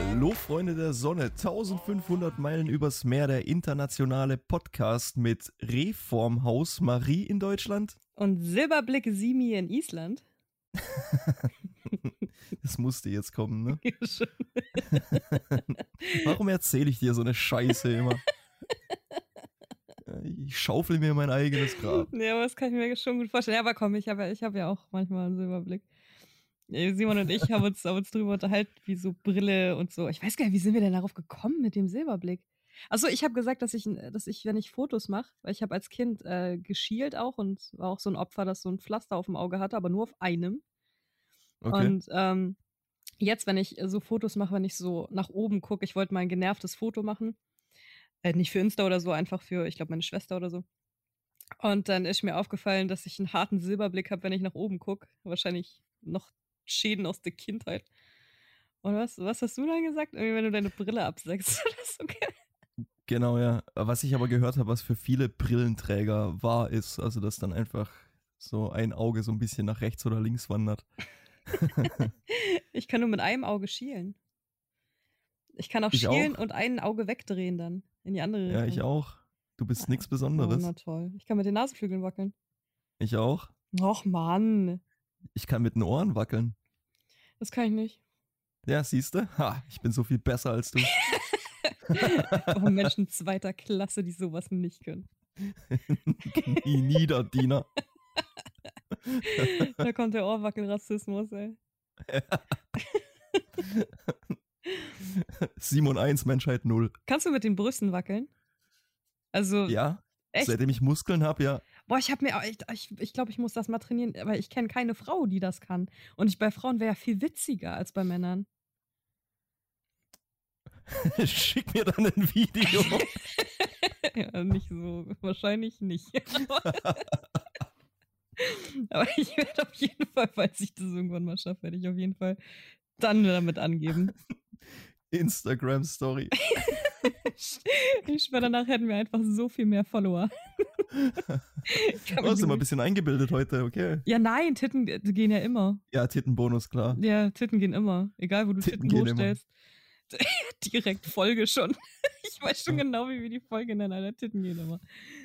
Hallo Freunde der Sonne, 1500 Meilen übers Meer, der internationale Podcast mit Reformhaus Marie in Deutschland. Und Silberblick Simi in Island. Das musste jetzt kommen, ne? Ja, schon. Warum erzähle ich dir so eine Scheiße immer? Ich schaufel mir mein eigenes Grab. Ja, aber das kann ich mir schon gut vorstellen. Ja, aber komm, ich hab ja auch manchmal einen Silberblick. Simon und ich haben uns drüber unterhalten, wie so Brille und so. Ich weiß gar nicht, wie sind wir denn darauf gekommen mit dem Silberblick? Achso, ich habe gesagt, dass ich, wenn ich Fotos mache, weil ich habe als Kind geschielt auch und war auch so ein Opfer, das so ein Pflaster auf dem Auge hatte, aber nur auf einem. Okay. Und jetzt, wenn ich so Fotos mache, wenn ich so nach oben gucke, ich wollte mal ein genervtes Foto machen. Nicht für Insta oder so, einfach für, ich glaube, meine Schwester oder so. Und dann ist mir aufgefallen, dass ich einen harten Silberblick habe, wenn ich nach oben gucke. Wahrscheinlich noch Schäden aus der Kindheit. Und was hast du dann gesagt? Irgendwie, wenn du deine Brille absägst oder so. Genau, ja. Was ich aber gehört habe, was für viele Brillenträger wahr ist, also dass dann einfach so ein Auge so ein bisschen nach rechts oder links wandert. Ich kann nur mit einem Auge schielen. Ich kann auch Ich schielen auch. und ein Auge wegdrehen dann in die andere Ja, Richtung. ich auch. Du bist nichts Oh, Besonderes. na toll. Ich kann mit den Nasenflügeln wackeln. Ich auch. Och, Mann. Ich kann mit den Ohren wackeln. Das kann ich nicht. Ja, siehste? Ha, ich bin so viel besser als du. Oh, Menschen zweiter Klasse, die sowas nicht können. Knie nieder, Diener. Da kommt der Ohrwackel-Rassismus, ey. 7 und 1, Menschheit 0. Kannst du mit den Brüsten wackeln? Also, Ja, echt? seitdem ich Muskeln habe, ja. Boah, ich glaube, ich muss das mal trainieren, weil ich kenne keine Frau, die das kann. Und bei Frauen wäre ja viel witziger als bei Männern. Schick mir dann ein Video. Ja, nicht so, wahrscheinlich nicht. Aber ich werde auf jeden Fall, falls ich das irgendwann mal schaffe, werde ich auf jeden Fall dann damit angeben. Instagram-Story. Ich schwöre, danach hätten wir einfach so viel mehr Follower. Du hast immer ein bisschen eingebildet heute, okay. Ja, nein, Titten gehen ja immer. Ja, Tittenbonus, klar. Ja, Titten gehen immer. Egal, wo du Titten hochstellst. Direkt Folge schon. Ich weiß schon genau, wie wir die Folge nennen, Alter. Titten gehen immer.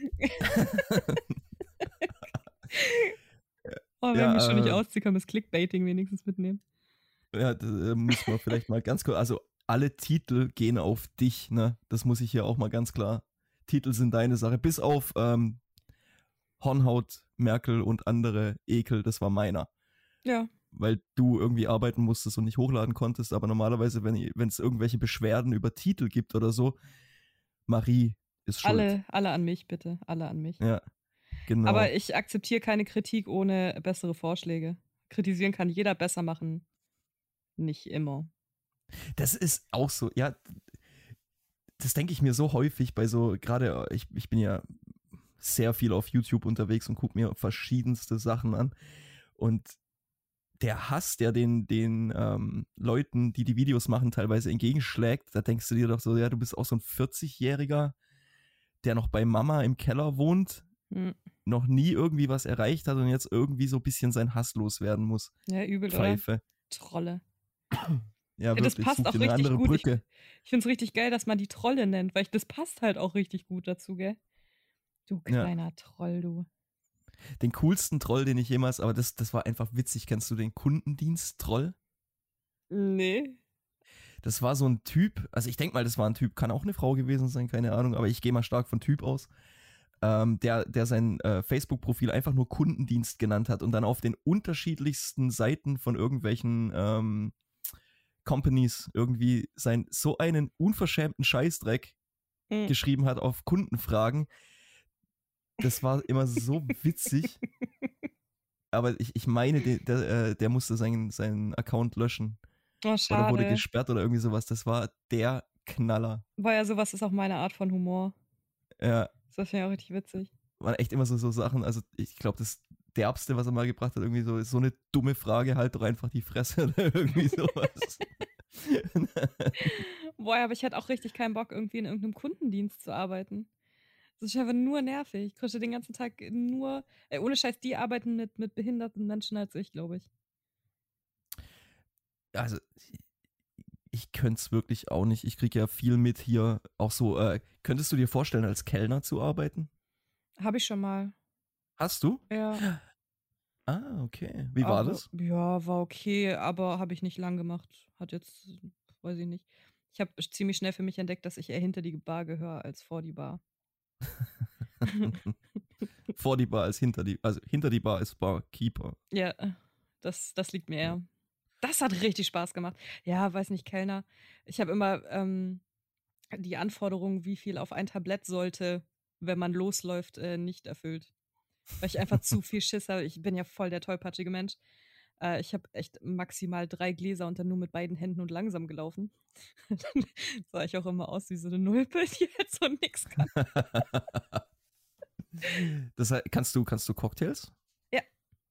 Oh, wenn ich schon nicht ausziehen kann, das Clickbaiting wenigstens mitnehmen. Ja, das muss man vielleicht mal ganz kurz, also alle Titel gehen auf dich, ne? Das muss ich hier auch mal ganz klar. Titel sind deine Sache, bis auf Hornhaut, Merkel und andere Ekel, das war meiner. Ja. Weil du irgendwie arbeiten musstest und nicht hochladen konntest, aber normalerweise, wenn es irgendwelche Beschwerden über Titel gibt oder so, Marie ist schuld. Alle an mich, bitte. Alle an mich. Ja, genau. Aber ich akzeptiere keine Kritik ohne bessere Vorschläge. Kritisieren kann jeder besser machen. Nicht immer. Das ist auch so, ja, das denke ich mir so häufig bei so, gerade ich bin ja sehr viel auf YouTube unterwegs und gucke mir verschiedenste Sachen an und der Hass, der den Leuten, die Videos machen, teilweise entgegenschlägt, da denkst du dir doch so, ja, du bist auch so ein 40-Jähriger, der noch bei Mama im Keller wohnt, noch nie irgendwie was erreicht hat und jetzt irgendwie so ein bisschen sein Hass loswerden muss. Ja, übel, Pfeife. Oder? Trolle. Ja, wirklich, das passt auch eine richtig andere gut. Brücke. Ich finde es richtig geil, dass man die Trolle nennt, weil das passt halt auch richtig gut dazu, gell? Du kleiner Troll, du. Den coolsten Troll, den ich jemals, aber das war einfach witzig. Kennst du den Kundendienst-Troll? Nee. Das war so ein Typ, also ich denke mal, das war ein Typ, kann auch eine Frau gewesen sein, keine Ahnung, aber ich gehe mal stark von Typ aus, der sein Facebook-Profil einfach nur Kundendienst genannt hat und dann auf den unterschiedlichsten Seiten von irgendwelchen Companies irgendwie so einen unverschämten Scheißdreck geschrieben hat auf Kundenfragen. Das war immer so witzig. Aber ich meine, der musste seinen Account löschen. Oh, schade. Oder wurde gesperrt oder irgendwie sowas. Das war der Knaller. War ja sowas, ist auch meine Art von Humor. Ja. Das finde ich auch richtig witzig. Waren echt immer so Sachen, also ich glaube, das Derbste, was er mal gebracht hat, irgendwie so, ist so eine dumme Frage, halt doch einfach die Fresse oder irgendwie sowas. Boah, aber ich hätte auch richtig keinen Bock, irgendwie in irgendeinem Kundendienst zu arbeiten. Das ist einfach nur nervig. Ich kriege den ganzen Tag nur, ohne Scheiß, die arbeiten mit behinderten Menschen als ich, glaube ich. Also, Ich könnte es wirklich auch nicht. Ich kriege ja viel mit hier. Auch so, könntest du dir vorstellen, als Kellner zu arbeiten? Habe ich schon mal. Hast du? Ja, Ah, okay. Wie war aber das? ja, war okay, aber habe ich nicht lang gemacht. Hat jetzt, weiß ich nicht. Ich habe ziemlich schnell für mich entdeckt, dass ich eher hinter die Bar gehöre als vor die Bar. Vor die Bar ist hinter die, also hinter die Bar ist Barkeeper. Ja, das liegt mir eher. Das hat richtig Spaß gemacht. Ja, weiß nicht, Kellner. Ich habe immer die Anforderung, wie viel auf ein Tablett sollte, wenn man losläuft, nicht erfüllt. Weil ich einfach zu viel Schiss habe. Ich bin ja voll der tollpatschige Mensch. Ich habe echt maximal 3 Gläser und dann nur mit beiden Händen und langsam gelaufen. Dann sah ich auch immer aus wie so eine Nulpe, die jetzt so nix kann. Das heißt, kannst du Cocktails? Ja,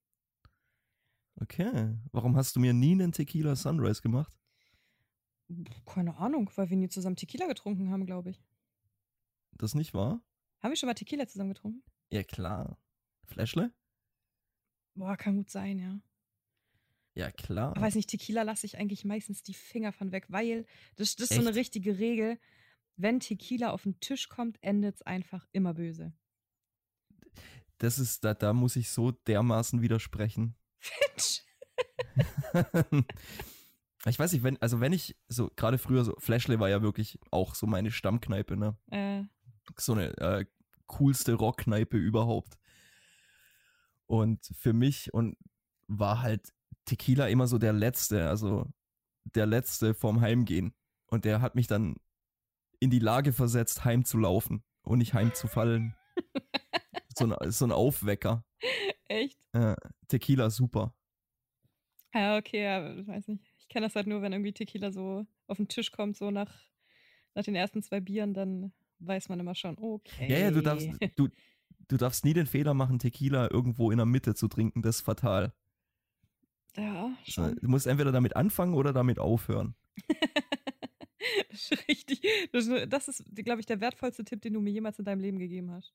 Okay. Warum hast du mir nie einen Tequila Sunrise gemacht? keine Ahnung, weil wir nie zusammen Tequila getrunken haben, glaube ich. Das nicht wahr? Haben wir schon mal Tequila zusammen getrunken? Ja, klar. Fläschle? Boah, kann gut sein, ja. Ja, Aber klar. weiß nicht, Tequila lasse ich eigentlich meistens die Finger von weg, weil das ist so eine Echt? richtige Regel. Wenn Tequila auf den Tisch kommt, endet es einfach immer böse. Da muss ich so dermaßen widersprechen. Fitch. Ich weiß nicht, wenn ich so, gerade früher so, Fläschle war ja wirklich auch so meine Stammkneipe, ne? Äh, So eine coolste Rockkneipe überhaupt. Und für mich war halt Tequila immer so also der letzte vorm Heimgehen. Und der hat mich dann in die Lage versetzt, heimzulaufen und nicht heimzufallen. So ein Aufwecker. echt? Tequila super. Ja, okay, ja, weiß nicht. Ich kenne das halt nur, wenn irgendwie Tequila so auf den Tisch kommt, so nach den ersten 2 Bieren, dann weiß man immer schon, Ja, okay. du darfst nie den Fehler machen, Tequila irgendwo in der Mitte zu trinken. Das ist fatal. Ja, Also, schon. du musst entweder damit anfangen oder damit aufhören. Das ist richtig. Das ist, glaube ich, der wertvollste Tipp, den du mir jemals in deinem Leben gegeben hast.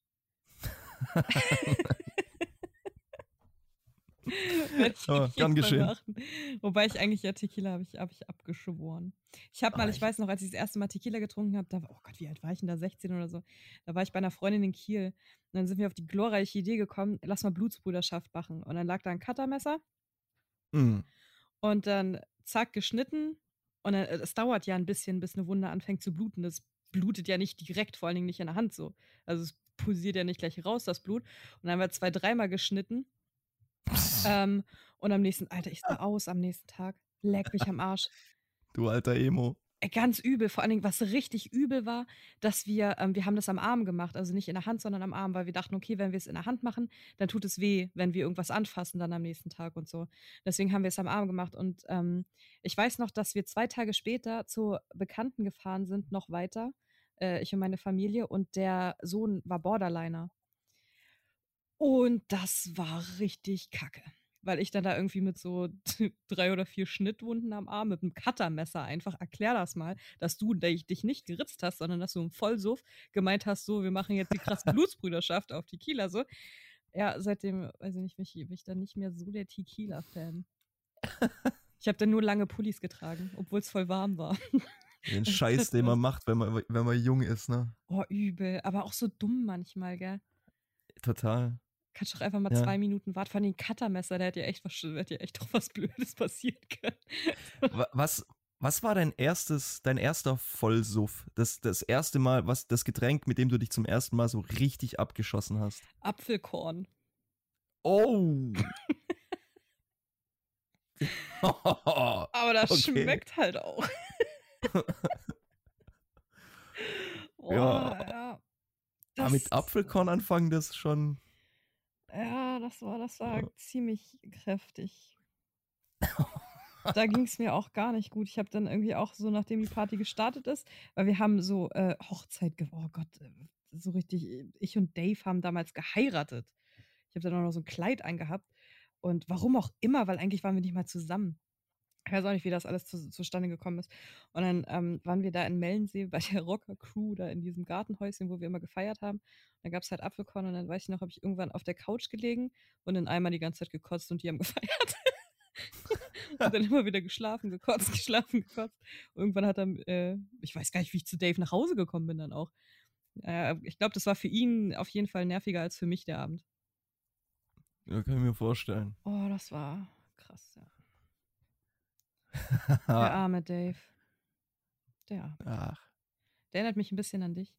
Werde ich Ja, auf jeden gern Fall geschehen. machen. Wobei ich eigentlich, ja, Tequila habe ich abgeschworen. Ich weiß noch, als ich das erste Mal Tequila getrunken habe, oh Gott, wie alt war ich denn da? 16 oder so. Da war ich bei einer Freundin in Kiel. Und dann sind wir auf die glorreiche Idee gekommen, lass mal Blutsbrüderschaft machen. Und dann lag da ein Cuttermesser Mm. und dann zack, geschnitten. Und dann, es dauert ja ein bisschen, bis eine Wunde anfängt zu bluten. Das blutet ja nicht direkt, vor allen Dingen nicht in der Hand so. Also es pulsiert ja nicht gleich raus, das Blut. Und dann haben wir 2-, dreimal geschnitten. Und am nächsten, Alter, ich sah aus am nächsten Tag. Leck mich am Arsch. Du alter Emo. Ganz übel. Vor allen Dingen, was richtig übel war, dass wir haben das am Arm gemacht. Also nicht in der Hand, sondern am Arm, weil wir dachten, okay, wenn wir es in der Hand machen, dann tut es weh, wenn wir irgendwas anfassen dann am nächsten Tag und so. Deswegen haben wir es am Arm gemacht. Und ich weiß noch, dass wir 2 Tage später zu Bekannten gefahren sind, noch weiter. Ich und meine Familie. Und der Sohn war Borderliner. Und das war richtig kacke. Weil ich dann da irgendwie mit so 3 oder 4 Schnittwunden am Arm mit einem Cuttermesser einfach, erklär das mal, dass du dich nicht geritzt hast, sondern dass du im Vollsuff gemeint hast, so, wir machen jetzt die krasse Blutsbrüderschaft auf Tequila, so. Ja, seitdem, weiß ich nicht, bin ich dann nicht mehr so der Tequila-Fan. Ich habe dann nur lange Pullis getragen, obwohl es voll warm war. Den Scheiß, den man macht, wenn man jung ist, ne? Oh, übel. Aber auch so dumm manchmal, gell? Total. Kannst doch einfach mal Ja. 2 Minuten warten. Von den Cuttermesser, der hätte ja echt doch was Blödes passieren können. Was war dein erster Vollsuff? Das erste Mal, das Getränk, mit dem du dich zum ersten Mal so richtig abgeschossen hast? Apfelkorn. Oh! Aber das Okay. schmeckt halt auch. Ja. Ja. Aber mit Apfelkorn anfangen, das ist schon. Ja, das war ziemlich kräftig. Da ging es mir auch gar nicht gut. Ich habe dann irgendwie auch so, nachdem die Party gestartet ist, weil wir haben so Hochzeit, oh Gott, so richtig, ich und Dave haben damals geheiratet. Ich habe dann auch noch so ein Kleid angehabt. Und warum auch immer, weil eigentlich waren wir nicht mal zusammen. Ich weiß auch nicht, wie das alles zustande gekommen ist. Und dann waren wir da in Mellensee bei der Rocker-Crew, da in diesem Gartenhäuschen, wo wir immer gefeiert haben. Da gab es halt Apfelkorn und dann weiß ich noch, habe ich irgendwann auf der Couch gelegen und in Eimer die ganze Zeit gekotzt und die haben gefeiert. Und dann immer wieder geschlafen, gekotzt, geschlafen, gekotzt. Irgendwann hat er, ich weiß gar nicht, wie ich zu Dave nach Hause gekommen bin dann auch. Ich glaube, das war für ihn auf jeden Fall nerviger als für mich der Abend. Ja, kann ich mir vorstellen. Oh, das war krass, ja. Der arme Dave. Ach. Der erinnert mich ein bisschen an dich.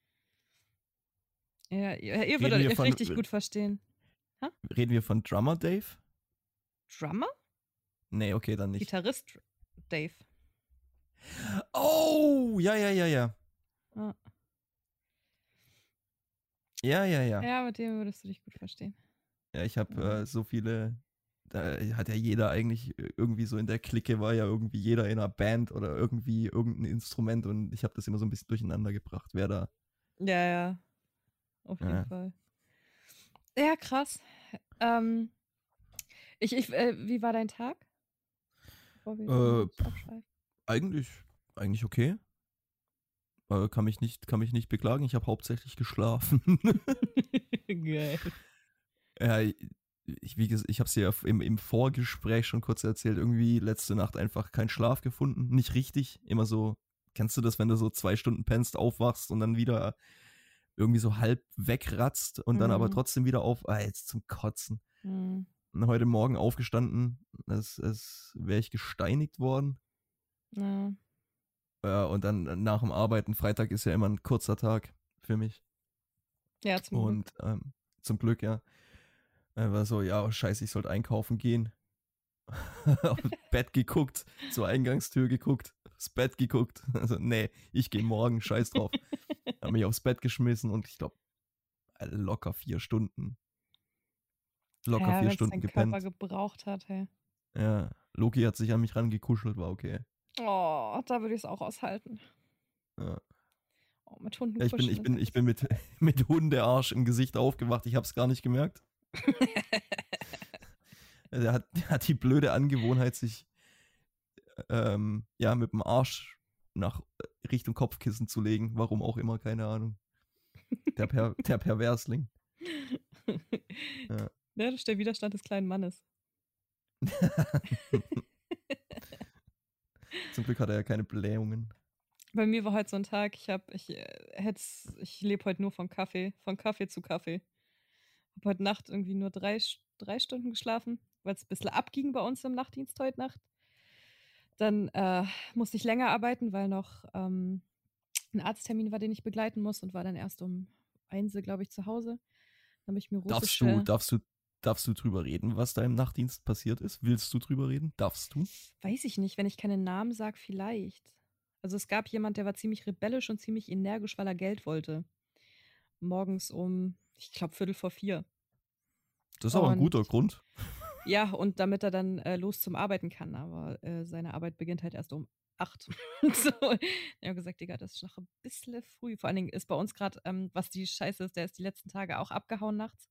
Ja, ihr Reden würdet wir euch von- richtig gut verstehen. Reden wir von Drummer Dave? Drummer? Nee, okay, dann nicht. Gitarrist Dave. Oh, ja. Ah. Ja. Ja, mit dem würdest du dich gut verstehen. Ja, ich habe so viele, da hat ja jeder eigentlich irgendwie so in der Clique, war ja irgendwie jeder in einer Band oder irgendwie irgendein Instrument und ich habe das immer so ein bisschen durcheinander gebracht, wer da. Ja. Auf jeden Fall. Ja, krass. Wie war dein Tag? Bevor wir abschweifen. Eigentlich okay. Kann mich nicht beklagen, ich habe hauptsächlich geschlafen. Geil. Ja, ich habe es ja im Vorgespräch schon kurz erzählt, irgendwie letzte Nacht einfach keinen Schlaf gefunden, nicht richtig, immer so, kennst du das, wenn du so 2 Stunden pennst, aufwachst und dann wieder irgendwie so halb wegratzt und dann aber trotzdem wieder jetzt zum Kotzen. Und heute Morgen aufgestanden, es wäre ich gesteinigt worden. Ja. Ja, und dann nach dem Arbeiten, Freitag ist ja immer ein kurzer Tag für mich. Ja, zum Glück. Und zum Glück, ja. War so, ja, scheiße, ich sollte einkaufen gehen. Aufs Bett geguckt, zur Eingangstür geguckt, aufs Bett geguckt. Also, nee, ich gehe morgen, scheiß drauf. Hab mich aufs Bett geschmissen und ich glaube, locker 4 Stunden. Locker 4 Stunden gepennt. Körper gebraucht hat, hey. Ja, Loki hat sich an mich rangekuschelt, war okay. Oh, da würde ich es auch aushalten. Ja. Oh, mit Hunden Ja, ich bin mit Hundearsch im Gesicht aufgewacht, ich hab's gar nicht gemerkt. Der hat die blöde Angewohnheit, sich mit dem Arsch nach Richtung Kopfkissen zu legen. Warum auch immer, keine Ahnung. Der Perversling. Ja. Ja, das ist der Widerstand des kleinen Mannes. Zum Glück hat er ja keine Blähungen. Bei mir war heute so ein Tag, ich lebe heute nur von Kaffee zu Kaffee. Habe heute Nacht irgendwie nur 3 Stunden geschlafen, weil es ein bisschen abging bei uns im Nachtdienst heute Nacht. Dann musste ich länger arbeiten, weil noch ein Arzttermin war, den ich begleiten muss und war dann erst um 1, glaube ich, zu Hause. Dann habe ich mir russische... Darfst du drüber reden, was da im Nachtdienst passiert ist? Willst du drüber reden? Darfst du? Weiß ich nicht, wenn ich keinen Namen sage, vielleicht. Also es gab jemand, der war ziemlich rebellisch und ziemlich energisch, weil er Geld wollte. Morgens um, ich glaube, 3:45. Das ist aber ein guter Grund. Ja, und damit er dann los zum Arbeiten kann. Aber seine Arbeit beginnt halt erst um 8. So. Ich habe gesagt, Digga, das ist noch ein bisschen früh. Vor allen Dingen ist bei uns gerade, was die Scheiße ist, der ist die letzten Tage auch abgehauen nachts.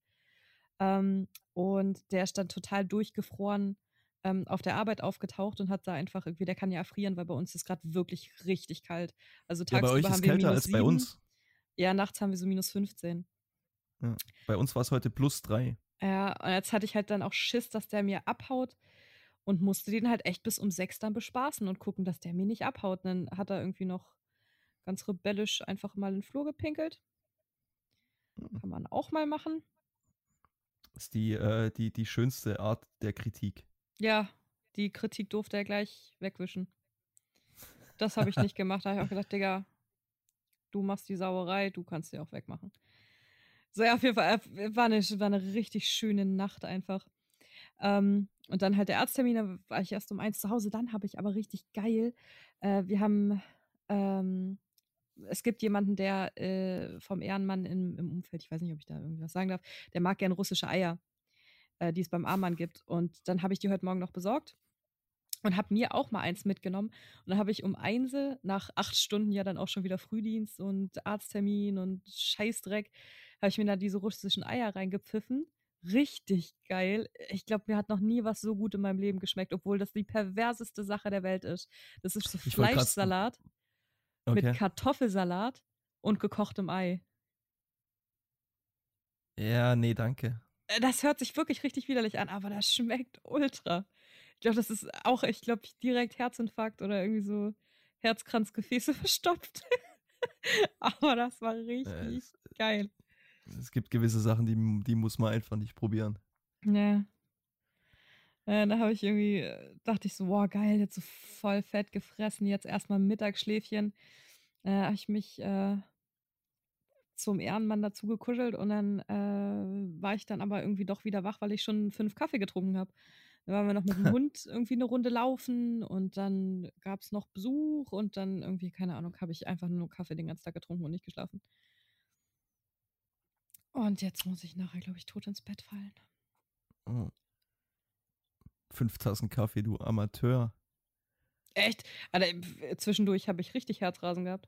Und der ist dann total durchgefroren auf der Arbeit aufgetaucht und hat da einfach irgendwie, der kann ja erfrieren, weil bei uns ist gerade wirklich richtig kalt. Also Ja, bei euch tagsüber ist haben wir kälter minus als bei 7. uns. Ja, nachts haben wir so minus 15. Ja. Bei uns war es heute +3. Ja, und jetzt hatte ich halt dann auch Schiss, dass der mir abhaut und musste den halt echt bis um 6 dann bespaßen und gucken, dass der mir nicht abhaut. Und dann hat er irgendwie noch ganz rebellisch einfach mal in den Flur gepinkelt. Kann man auch mal machen. Das ist die schönste Art der Kritik. Ja, die Kritik durfte er gleich wegwischen. Das habe ich nicht gemacht. Da habe ich auch gedacht, Digga, du machst die Sauerei, du kannst sie auch wegmachen. So, ja, auf jeden Fall war eine richtig schöne Nacht einfach. Und dann halt der Arzttermin, da war ich erst um 1 zu Hause. Dann habe ich aber richtig geil, wir haben, es gibt jemanden, der vom Ehrenmann im Umfeld, ich weiß nicht, ob ich da irgendwas sagen darf, der mag gern russische Eier, die es beim Amann gibt. Und dann habe ich die heute Morgen noch besorgt und habe mir auch mal eins mitgenommen. Und dann habe ich um 1 nach 8 Stunden ja dann auch schon wieder Frühdienst und Arzttermin und Scheißdreck, habe ich mir da diese russischen Eier reingepfiffen. Richtig geil. Ich glaube, mir hat noch nie was so gut in meinem Leben geschmeckt, obwohl das die perverseste Sache der Welt ist. Das ist so Fleischsalat mit Kartoffelsalat und gekochtem Ei. Ja, nee, danke. Das hört sich wirklich richtig widerlich an, aber das schmeckt ultra. glaube, das ist auch, ich glaube, direkt Herzinfarkt oder irgendwie so Herzkranzgefäße verstopft. Aber das war Äh, richtig es, geil. es gibt gewisse Sachen, die muss man einfach nicht probieren. Ja. Da habe ich irgendwie, dachte ich so, boah, geil, jetzt so voll fett gefressen, jetzt erstmal Mittagsschläfchen. Habe ich mich zum Ehrenmann dazu gekuschelt und dann war ich dann aber irgendwie doch wieder wach, weil ich schon 5 Kaffee getrunken habe. Dann waren wir noch mit dem Hund irgendwie eine Runde laufen und dann gab es noch Besuch und dann irgendwie, keine Ahnung, habe ich einfach nur Kaffee den ganzen Tag getrunken und nicht geschlafen. Und jetzt muss ich nachher, glaube ich, tot ins Bett fallen. Oh. 5 Tassen Kaffee, du Amateur. Echt? Alter, zwischendurch habe ich richtig Herzrasen gehabt.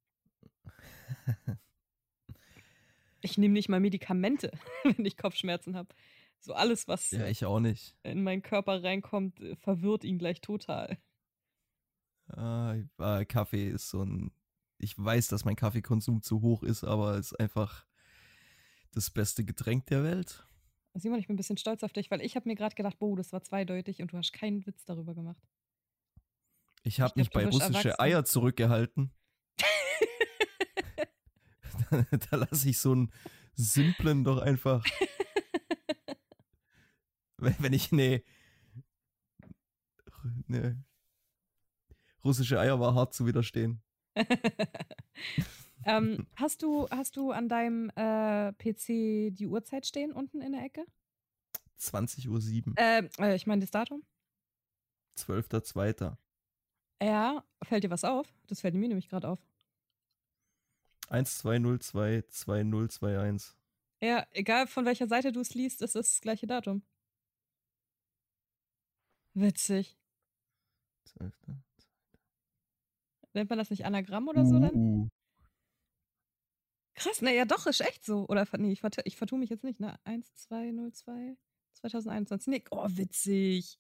Ich nehme nicht mal Medikamente, wenn ich Kopfschmerzen habe. So alles, was Ja, ich auch nicht. in meinen Körper reinkommt, verwirrt ihn gleich total. Kaffee ist so ein. Ich weiß, dass mein Kaffeekonsum zu hoch ist, aber es ist einfach das beste Getränk der Welt. Simon, ich bin ein bisschen stolz auf dich, weil ich habe mir gerade gedacht, boah, das war zweideutig und du hast keinen Witz darüber gemacht. Ich Ich habe glaube, mich du bei bist russische erwachsen. Eier zurückgehalten. Da lasse ich so einen simplen doch einfach. Wenn ich. Nee. Russische Eier war hart zu widerstehen. Hast du an deinem PC die Uhrzeit stehen unten in der Ecke? 20:07 Ich meine das Datum? 12.02. Ja, fällt dir was auf? Das fällt mir nämlich gerade auf. 12022021. Ja, egal von welcher Seite du es liest, es ist das gleiche Datum. Witzig. 12. Nennt man das nicht Anagramm oder so dann? Uh. Krass, ne, ja doch, ist echt so. Oder, nee, ich vertue mich jetzt nicht, ne? 1202 2021. Nee, oh, witzig.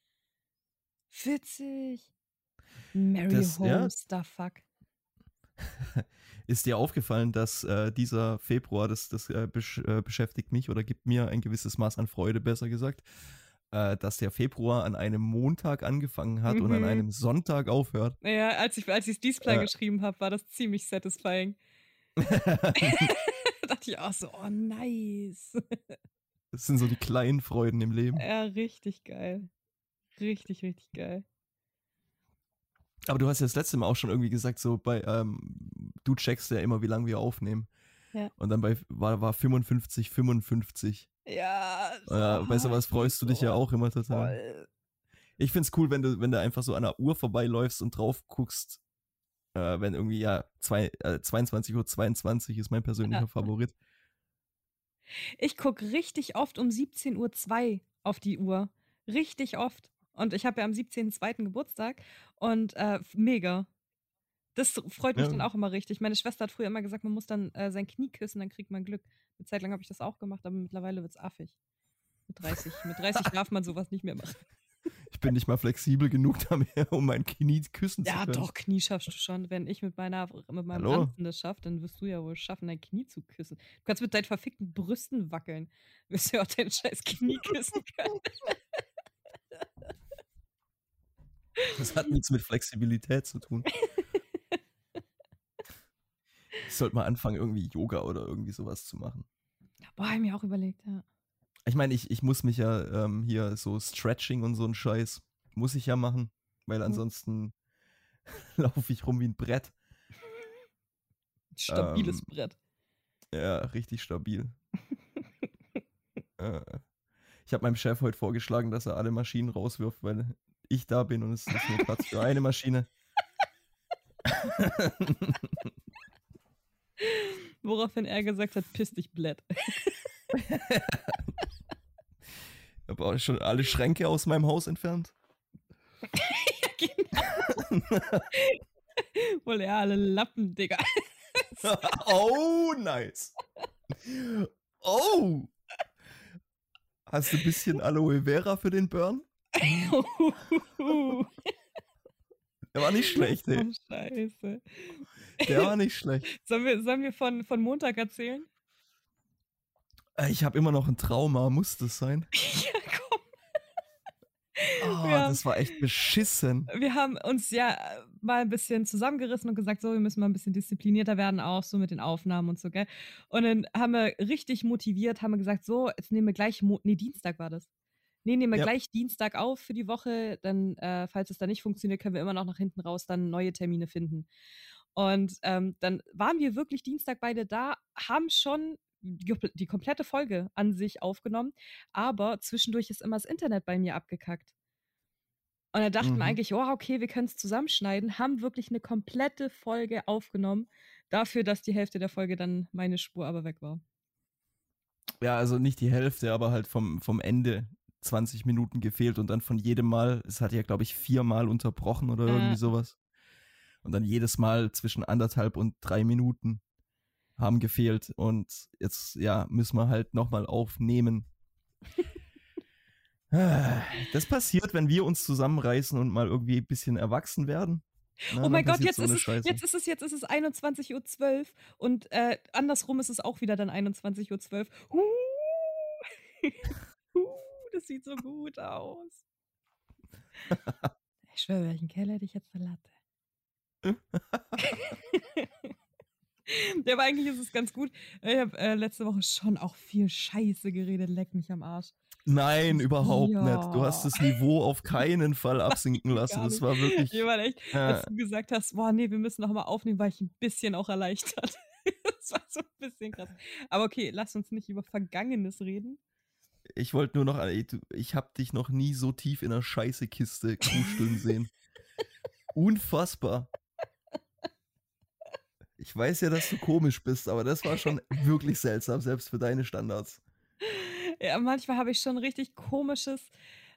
Witzig. Mary Das, ja, Holmes, da fuck. ist dir aufgefallen, dass dieser Februar, das beschäftigt mich oder gibt mir ein gewisses Maß an Freude, besser gesagt, dass der Februar an einem Montag angefangen hat und an einem Sonntag aufhört. Ja, als ich Diesplan geschrieben habe, war das ziemlich satisfying. Da dachte ich auch so, oh nice. Das sind so die kleinen Freuden im Leben. Ja, richtig geil. Richtig, richtig geil. Aber du hast ja das letzte Mal auch schon irgendwie gesagt, so du checkst ja immer, wie lange wir aufnehmen. Ja. Und dann war 55. Ja. Bei sowas freust du dich ja auch immer total. Voll. Ich find's cool, wenn du einfach so an der Uhr vorbeiläufst und drauf guckst, wenn irgendwie 22:22 ist mein persönlicher Favorit. Ich gucke richtig oft um 17:02 Uhr auf die Uhr. Richtig oft. Und ich habe ja am 17.02. Geburtstag und mega. Das freut mich dann auch immer richtig. Meine Schwester hat früher immer gesagt, man muss dann sein Knie küssen, dann kriegt man Glück. Eine Zeit lang habe ich das auch gemacht, aber mittlerweile wird's affig. Mit 30 darf man sowas nicht mehr machen. Ich bin nicht mal flexibel genug, um mein Knie küssen zu können. Ja, doch, Knie schaffst du schon. Wenn ich mit meinem Hallo? Ranzen das schaffe, dann wirst du ja wohl schaffen, dein Knie zu küssen. Du kannst mit deinen verfickten Brüsten wackeln. Du wirst ja auch dein scheiß Knie küssen können. Das hat nichts mit Flexibilität zu tun. Ich sollte mal anfangen, irgendwie Yoga oder irgendwie sowas zu machen. Boah, hab ich mir auch überlegt, ja. Ich meine, ich muss mich ja hier so Stretching und so ein Scheiß muss ich ja machen, weil ansonsten laufe ich rum wie ein Brett. Stabiles Brett. Ja, richtig stabil. Ich habe meinem Chef heute vorgeschlagen, dass er alle Maschinen rauswirft, weil ich da bin und es ist nur Platz für eine Maschine. Woraufhin er gesagt hat, piss dich, Blatt. Ich habe auch schon alle Schränke aus meinem Haus entfernt. Ja, genau. Wohl ja, alle Lappen, Digga. Oh, nice. Oh. Hast du ein bisschen Aloe Vera für den Burn? Der war nicht schlecht, ey. Oh, scheiße. Der war nicht schlecht. Sollen wir von Montag erzählen? Ich habe immer noch ein Trauma, muss das sein? Ja, komm. das war echt beschissen. Wir haben uns ja mal ein bisschen zusammengerissen und gesagt, so, wir müssen mal ein bisschen disziplinierter werden, auch so mit den Aufnahmen und so, gell? Und dann haben wir richtig motiviert, haben wir gesagt, so, jetzt nehmen wir gleich, Dienstag war das. Nee, nehmen wir Ja. gleich Dienstag auf für die Woche, dann, falls es da nicht funktioniert, können wir immer noch nach hinten raus dann neue Termine finden. Und dann waren wir wirklich Dienstag beide da, haben schon die komplette Folge an sich aufgenommen, aber zwischendurch ist immer das Internet bei mir abgekackt. Und da dachten wir eigentlich, oh, okay, wir können es zusammenschneiden, haben wirklich eine komplette Folge aufgenommen, dafür, dass die Hälfte der Folge dann meine Spur aber weg war. Ja, also nicht die Hälfte, aber halt vom Ende 20 Minuten gefehlt und dann von jedem Mal, es hat ja, glaube ich, 4 Mal unterbrochen oder irgendwie sowas. Und dann jedes Mal zwischen 1,5 und 3 Minuten haben gefehlt. Und jetzt, ja, müssen wir halt nochmal aufnehmen. Das passiert, wenn wir uns zusammenreißen und mal irgendwie ein bisschen erwachsen werden. Na, oh mein Gott, jetzt ist es 21:12 Uhr und andersrum ist es auch wieder dann 21:12 Uhr. Das sieht so gut aus. Ich schwöre, welchen Kerl hätte ich jetzt eine Latte? Ja, aber eigentlich ist es ganz gut. Ich habe letzte Woche schon auch viel Scheiße geredet, leck mich am Arsch. Nein, überhaupt nicht. Du hast das Niveau auf keinen Fall absinken lassen. Das war wirklich. Ich war echt, als du gesagt hast, boah, nee, wir müssen noch mal aufnehmen, war ich ein bisschen auch erleichtert. Das war so ein bisschen krass. Aber okay, lass uns nicht über Vergangenes reden. Ich wollte nur noch, ich habe dich noch nie so tief in einer Scheißekiste kuscheln sehen. Unfassbar. Ich weiß ja, dass du komisch bist, aber das war schon wirklich seltsam, selbst für deine Standards. Ja, manchmal habe ich schon richtig komisches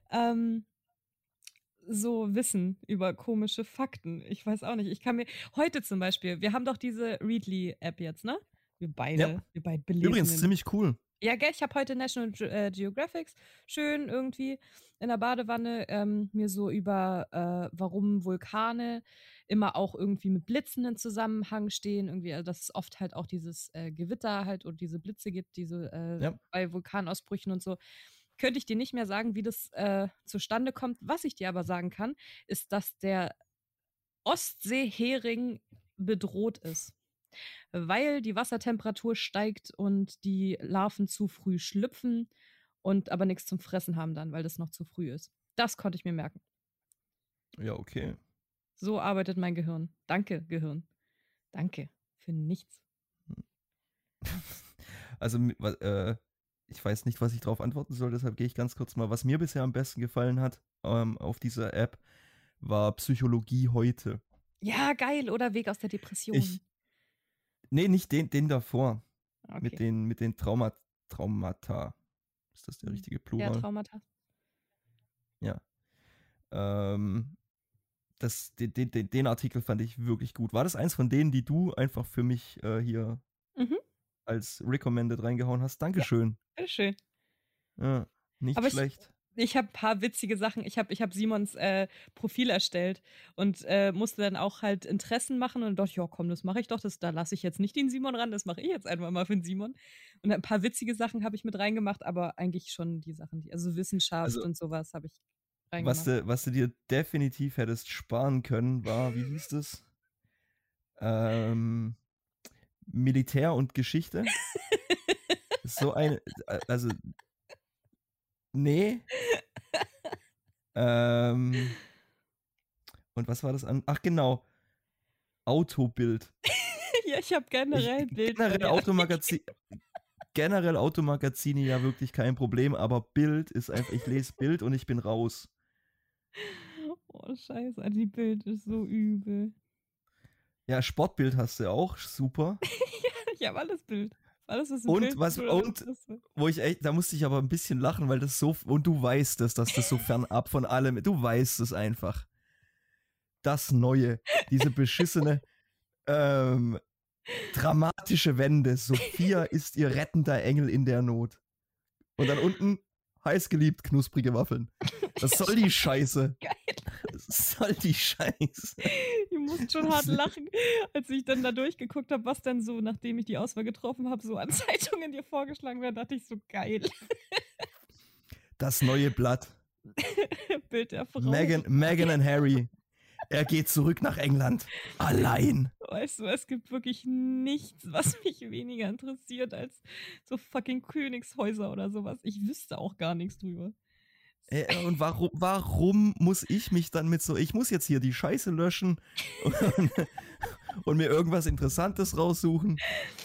so Wissen über komische Fakten. Ich weiß auch nicht. Ich kann mir heute zum Beispiel, wir haben doch diese Readly-App jetzt, ne? Wir beide belesen. Übrigens ziemlich cool. Ja, gell, ich habe heute National Geographics schön irgendwie in der Badewanne mir so über warum Vulkane immer auch irgendwie mit Blitzen in Zusammenhang stehen, irgendwie, also dass es oft halt auch dieses Gewitter halt und diese Blitze gibt, diese bei Vulkanausbrüchen und so. Könnte ich dir nicht mehr sagen, wie das zustande kommt. Was ich dir aber sagen kann, ist, dass der Ostseehering bedroht ist, weil die Wassertemperatur steigt und die Larven zu früh schlüpfen und aber nichts zum Fressen haben dann, weil das noch zu früh ist. Das konnte ich mir merken. Ja, okay. So arbeitet mein Gehirn. Danke, Gehirn. Danke für nichts. Also, ich weiß nicht, was ich darauf antworten soll, deshalb gehe ich ganz kurz mal. Was mir bisher am besten gefallen hat auf dieser App, war Psychologie heute. Ja, geil, oder Weg aus der Depression. Nee, nicht den davor. Okay. Mit den Traumata. Ist das der richtige Plural? Ja, Traumata. Ja. Den Artikel fand ich wirklich gut. War das eins von denen, die du einfach für mich hier als recommended reingehauen hast? Dankeschön. Ja, bitteschön. Ja, nicht schlecht. Ich habe ein paar witzige Sachen. Ich hab Simons Profil erstellt und musste dann auch halt Interessen machen und dachte, ja komm, das mache ich doch. Da lasse ich jetzt nicht den Simon ran, das mache ich jetzt einfach mal für den Simon. Und ein paar witzige Sachen habe ich mit reingemacht, aber eigentlich schon die Sachen, also Wissenschaft und sowas habe ich reingemacht. Was du dir definitiv hättest sparen können, war, wie hieß das? Militär und Geschichte. So eine, also nee. Und was war das an? Ach genau, Autobild. Ja, ich habe generell Bild. Generell Automagazine ja wirklich kein Problem, aber Bild ist einfach, ich lese Bild und ich bin raus. Oh scheiße, die Bild ist so übel. Ja, Sportbild hast du auch, super. Ja, ich habe alles Bild. Alles, was wo ich echt, da musste ich aber ein bisschen lachen, weil das so, und du weißt es, dass das so fernab von allem, du weißt es einfach. Das Neue, diese beschissene, dramatische Wende. Sophia ist ihr rettender Engel in der Not. Und dann unten, heiß geliebt, knusprige Waffeln. Was soll die Scheiße? Geil. Was soll die Scheiße? Ich musste schon hart lachen, als ich dann da durchgeguckt habe, was dann so, nachdem ich die Auswahl getroffen habe, so an Zeitungen dir vorgeschlagen werden, dachte ich so, geil. Das neue Blatt. Bild der Frau. Meghan und Harry. Er geht zurück nach England. Allein. Weißt du, es gibt wirklich nichts, was mich weniger interessiert als so fucking Königshäuser oder sowas. Ich wüsste auch gar nichts drüber. Und warum muss ich mich dann mit so, ich muss jetzt hier die Scheiße löschen und mir irgendwas Interessantes raussuchen.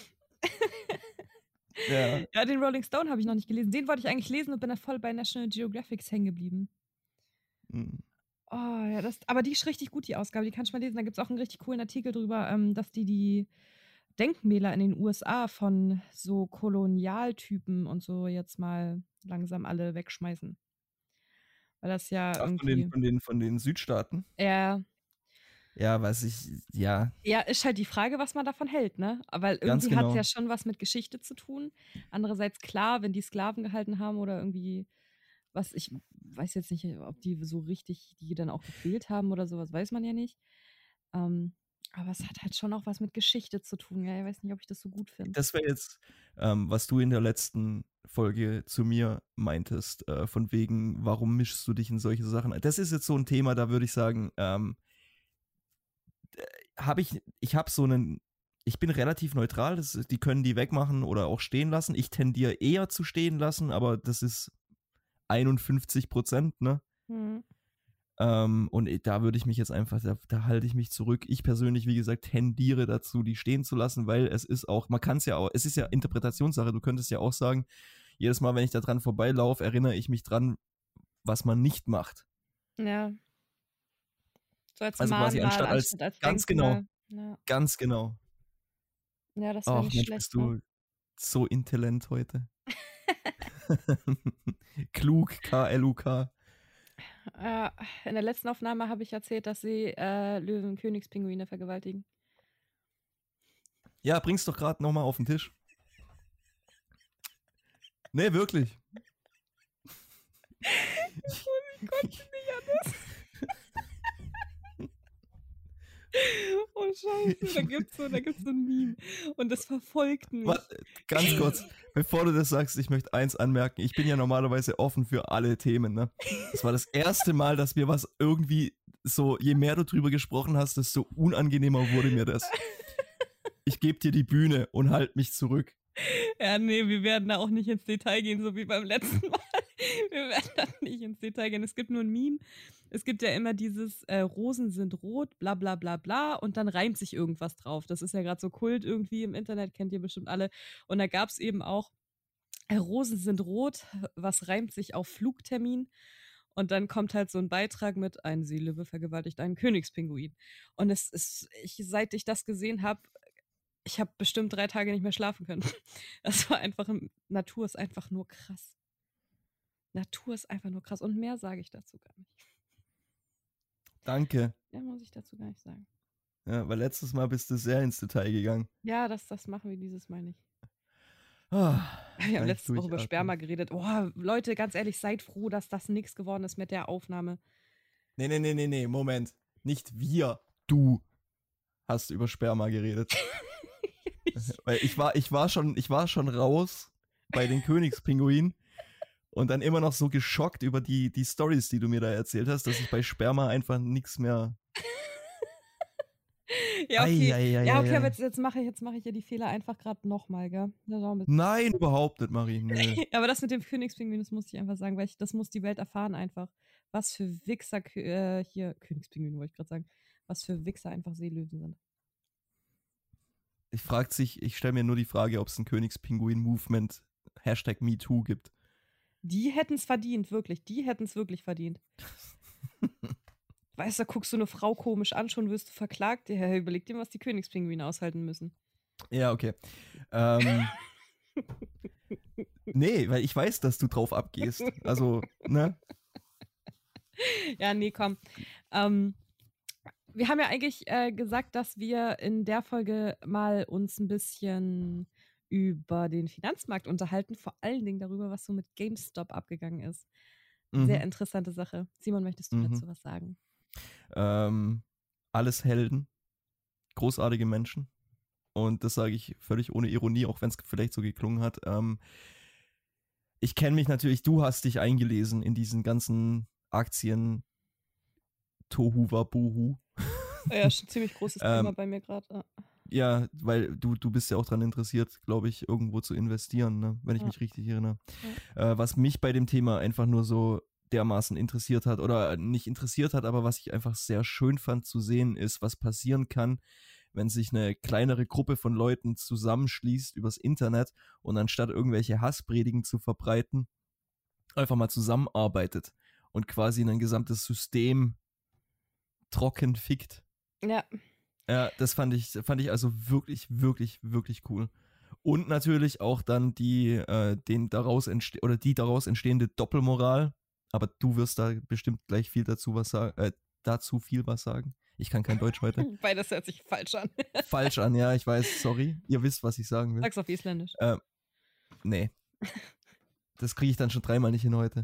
Ja. Ja, den Rolling Stone habe ich noch nicht gelesen. Den wollte ich eigentlich lesen und bin da voll bei National Geographic hängen geblieben. Hm. Oh, ja, aber die ist richtig gut, die Ausgabe. Die kannst du mal lesen. Da gibt es auch einen richtig coolen Artikel drüber, dass die Denkmäler in den USA von so Kolonialtypen und so jetzt mal langsam alle wegschmeißen. Weil das ja Ach, irgendwie. von den Südstaaten? Ja. Ja, weiß ich, ja. Ja, ist halt die Frage, was man davon hält, ne? Weil Ganz irgendwie hat es genau. ja schon was mit Geschichte zu tun. Andererseits klar, wenn die Sklaven gehalten haben oder irgendwie was, ich weiß jetzt nicht, ob die so richtig die dann auch gequält haben oder sowas, weiß man ja nicht. Aber es hat halt schon auch was mit Geschichte zu tun. Ja, ich weiß nicht, ob ich das so gut finde. Das wäre jetzt, was du in der letzten Folge zu mir meintest, von wegen, warum mischst du dich in solche Sachen ein? Das ist jetzt so ein Thema, da würde ich sagen, ich bin relativ neutral, die können die wegmachen oder auch stehen lassen. Ich tendiere eher zu stehen lassen, aber das ist 51%, ne? Hm. Und da würde ich mich jetzt einfach, da halte ich mich zurück. Ich persönlich, wie gesagt, tendiere dazu, die stehen zu lassen, weil es ist auch, man kann es ja auch, es ist ja Interpretationssache. Du könntest ja auch sagen, jedes Mal, wenn ich da dran vorbeilaufe, erinnere ich mich dran, was man nicht macht. Ja. So als Also quasi Mahnmal, anstatt als, als ganz genau, Denkmal. Ja. ganz genau. Ja, das wäre Ach nicht Mensch, schlecht, bist du so intelligent heute. Klug, K-L-U-K. In der letzten Aufnahme habe ich erzählt, dass sie Löwen-Königspinguine vergewaltigen. Ja, bring's doch gerade nochmal auf den Tisch. Nee, wirklich. Ich konnte nicht anders. Oh Scheiße, da gibt's so ein Meme. Und das verfolgt mich. Warte, ganz kurz, bevor du das sagst, ich möchte eins anmerken. Ich bin ja normalerweise offen für alle Themen, ne? Das war das erste Mal, dass mir was irgendwie so, je mehr du drüber gesprochen hast, desto unangenehmer wurde mir das. Ich gebe dir die Bühne und halt mich zurück. Ja, nee, wir werden da auch nicht ins Detail gehen, so wie beim letzten Mal. Wir werden da nicht ins Detail gehen. Es gibt nur ein Meme. Es gibt ja immer dieses Rosen sind rot, bla bla bla bla, und dann reimt sich irgendwas drauf. Das ist ja gerade so Kult irgendwie im Internet, kennt ihr bestimmt alle. Und da gab es eben auch Rosen sind rot, was reimt sich auf Flugtermin? Und dann kommt halt so ein Beitrag mit, ein Seelöwe vergewaltigt einen Königspinguin. Und es ist, seit ich das gesehen habe, ich habe bestimmt 3 Tage nicht mehr schlafen können. Das war einfach, Natur ist einfach nur krass. Natur ist einfach nur krass. Und mehr sage ich dazu gar nicht. Danke. Mehr muss ich dazu gar nicht sagen. Ja, weil letztes Mal bist du sehr ins Detail gegangen. Ja, das machen wir dieses Mal nicht. Ah, Wir haben letzte Woche über Sperma geredet. Oh, Leute, ganz ehrlich, seid froh, dass das nichts geworden ist mit der Aufnahme. Nee, Moment. Nicht wir, du hast über Sperma geredet. Weil ich war schon raus bei den Königspinguinen und dann immer noch so geschockt über die Storys, die du mir da erzählt hast, dass ich bei Sperma einfach nichts mehr. Ja, okay. Ja, okay, aber jetzt mache ich ja die Fehler einfach gerade nochmal, gell? Nein, überhaupt nicht, Marie. Nö. Aber das mit dem Königspinguin, das musste ich einfach sagen, weil das muss die Welt erfahren einfach. Was für Wichser hier, Königspinguin wollte ich gerade sagen, was für Wichser einfach Seelöwen sind. Ich stelle mir nur die Frage, ob es ein Königspinguin-Movement #MeToo gibt. Die hätten es verdient, wirklich. Die hätten es wirklich verdient. Weißt du, da guckst du eine Frau komisch an, schon wirst du verklagt. Ja, überleg dir, was die Königspinguine aushalten müssen. Ja, okay. Nee, weil ich weiß, dass du drauf abgehst. Also, ne? Ja, nee, komm. Wir haben ja eigentlich gesagt, dass wir in der Folge mal uns ein bisschen über den Finanzmarkt unterhalten, vor allen Dingen darüber, was so mit GameStop abgegangen ist. Sehr interessante Sache. Simon, möchtest du dazu was sagen? Alles Helden, großartige Menschen. Und das sage ich völlig ohne Ironie, auch wenn es vielleicht so geklungen hat. ich kenne mich natürlich, du hast dich eingelesen in diesen ganzen Aktien Tohu Wabohu. Ja, schon ein ziemlich großes Thema bei mir gerade. Ja, weil du bist ja auch daran interessiert, glaube ich, irgendwo zu investieren, ne? Wenn ich mich richtig erinnere. Was mich bei dem Thema einfach nur so dermaßen interessiert hat oder nicht interessiert hat, aber was ich einfach sehr schön fand zu sehen, ist, was passieren kann, wenn sich eine kleinere Gruppe von Leuten zusammenschließt übers Internet und anstatt irgendwelche Hasspredigen zu verbreiten, einfach mal zusammenarbeitet und quasi ein gesamtes System trocken fickt. Ja. Ja, das fand ich also wirklich, wirklich, wirklich cool. Und natürlich auch dann die daraus entstehende Doppelmoral. Aber du wirst da bestimmt gleich viel dazu was sagen. Ich kann kein Deutsch heute. Beides hört sich falsch an. Falsch an, ja, ich weiß, sorry. Ihr wisst, was ich sagen will. Sag's auf Isländisch. Nee. Das kriege ich dann schon 3-mal nicht hin heute.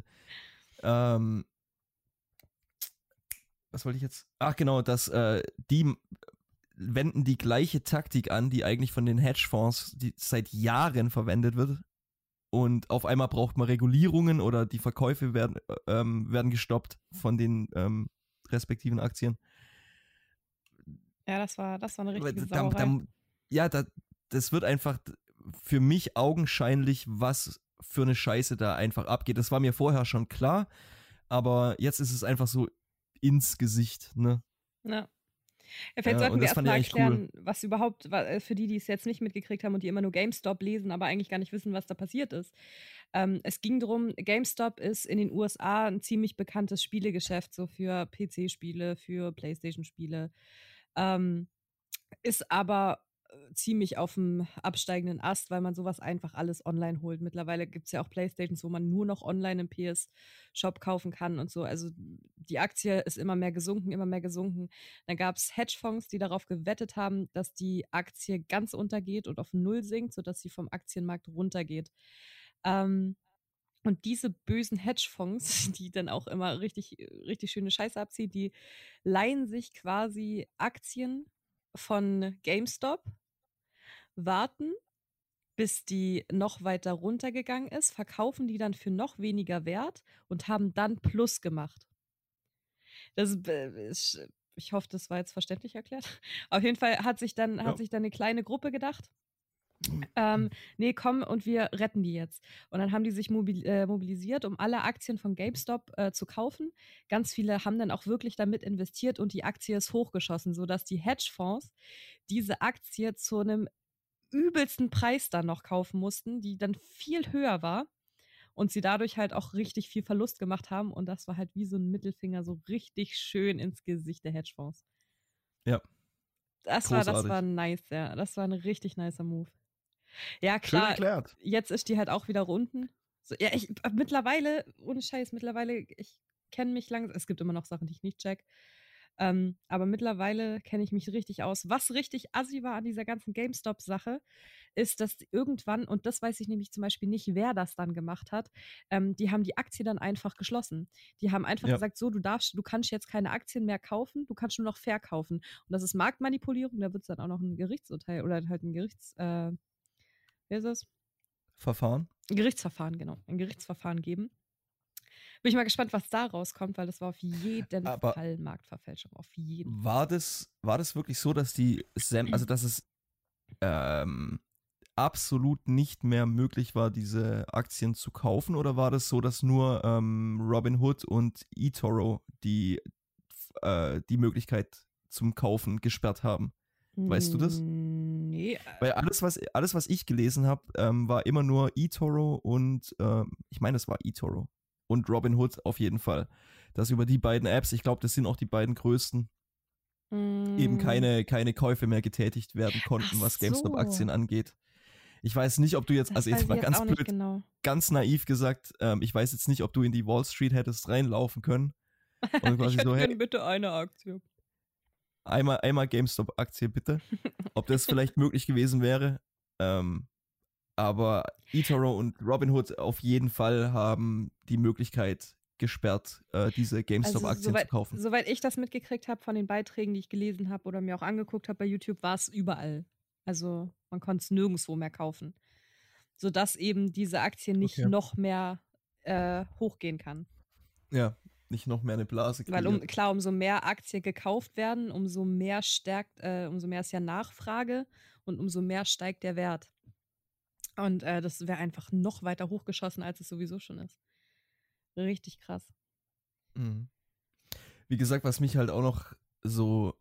Was wollte ich jetzt? Ach genau, die wenden die gleiche Taktik an, die eigentlich von den Hedgefonds seit Jahren verwendet wird. Und auf einmal braucht man Regulierungen oder die Verkäufe werden gestoppt von den respektiven Aktien. Ja, das war eine richtige Sauerei. Das wird einfach für mich augenscheinlich, was für eine Scheiße da einfach abgeht. Das war mir vorher schon klar, aber jetzt ist es einfach so ins Gesicht, ne? Ja. Vielleicht sollten wir erstmal erklären, was überhaupt, für die es jetzt nicht mitgekriegt haben und die immer nur GameStop lesen, aber eigentlich gar nicht wissen, was da passiert ist. Es ging darum, GameStop ist in den USA ein ziemlich bekanntes Spielegeschäft, so für PC-Spiele, für PlayStation-Spiele. Ist aber ziemlich auf dem absteigenden Ast, weil man sowas einfach alles online holt. Mittlerweile gibt es ja auch Playstations, wo man nur noch online im PS-Shop kaufen kann und so. Also die Aktie ist immer mehr gesunken, immer mehr gesunken. Dann gab es Hedgefonds, die darauf gewettet haben, dass die Aktie ganz untergeht und auf Null sinkt, sodass sie vom Aktienmarkt runtergeht. Und diese bösen Hedgefonds, die dann auch immer richtig, richtig schöne Scheiße abziehen, die leihen sich quasi Aktien von GameStop, warten, bis die noch weiter runtergegangen ist, verkaufen die dann für noch weniger Wert und haben dann Plus gemacht. Ich hoffe, das war jetzt verständlich erklärt. Auf jeden Fall hat sich dann eine kleine Gruppe gedacht, nee, komm, und wir retten die jetzt. Und dann haben die sich mobilisiert, um alle Aktien von GameStop zu kaufen. Ganz viele haben dann auch wirklich damit investiert und die Aktie ist hochgeschossen, sodass die Hedgefonds diese Aktie zu einem übelsten Preis dann noch kaufen mussten, die dann viel höher war und sie dadurch halt auch richtig viel Verlust gemacht haben. Und das war halt wie so ein Mittelfinger so richtig schön ins Gesicht der Hedgefonds. Ja. Das war nice, ja. Das war ein richtig nicer Move. Ja, klar. Schön erklärt. Jetzt ist die halt auch wieder unten. So, ja, mittlerweile, ohne Scheiß, ich kenne mich langsam. Es gibt immer noch Sachen, die ich nicht check. Aber mittlerweile kenne ich mich richtig aus. Was richtig assi war an dieser ganzen GameStop-Sache, ist, dass irgendwann, und das weiß ich nämlich zum Beispiel nicht, wer das dann gemacht hat, die haben die Aktie dann einfach geschlossen. Die haben einfach gesagt, so, du kannst jetzt keine Aktien mehr kaufen, du kannst nur noch verkaufen. Und das ist Marktmanipulierung, da wird es dann auch noch ein Gerichtsurteil oder halt ein wie ist das? Verfahren? Gerichtsverfahren, genau. Ein Gerichtsverfahren geben. Bin ich mal gespannt, was da rauskommt, weil das war auf jeden Fall Marktverfälschung. Auf jeden Fall. War das wirklich so, dass dass es absolut nicht mehr möglich war, diese Aktien zu kaufen? Oder war das so, dass nur Robinhood und eToro die Möglichkeit zum Kaufen gesperrt haben? Weißt du das? Nee. Weil alles, was ich gelesen habe, war immer nur eToro und ich meine, es war eToro und Robinhood auf jeden Fall. Dass über die beiden Apps, ich glaube, das sind auch die beiden größten, eben keine Käufe mehr getätigt werden konnten, was GameStop-Aktien angeht. Ich weiß nicht, ob du jetzt, also jetzt mal ganz blöd, ganz naiv gesagt, ich weiß jetzt nicht, ob du in die Wall Street hättest reinlaufen können. Und quasi ich hätte so, hey, bitte eine Aktie. Einmal GameStop-Aktie, bitte. Ob das vielleicht möglich gewesen wäre. Aber eToro und Robinhood auf jeden Fall haben die Möglichkeit gesperrt, diese GameStop-Aktien zu kaufen. Soweit ich das mitgekriegt habe von den Beiträgen, die ich gelesen habe oder mir auch angeguckt habe bei YouTube, war es überall. Also man konnte es nirgendwo mehr kaufen. sodass eben diese Aktie nicht Okay. noch mehr hochgehen kann. Ja, nicht noch mehr eine Blase Weil kreiert. klar, umso mehr Aktien gekauft werden, umso mehr ist ja Nachfrage und umso mehr steigt der Wert. Und das wäre einfach noch weiter hochgeschossen, als es sowieso schon ist. Richtig krass. Mhm. Wie gesagt, was mich halt auch noch so,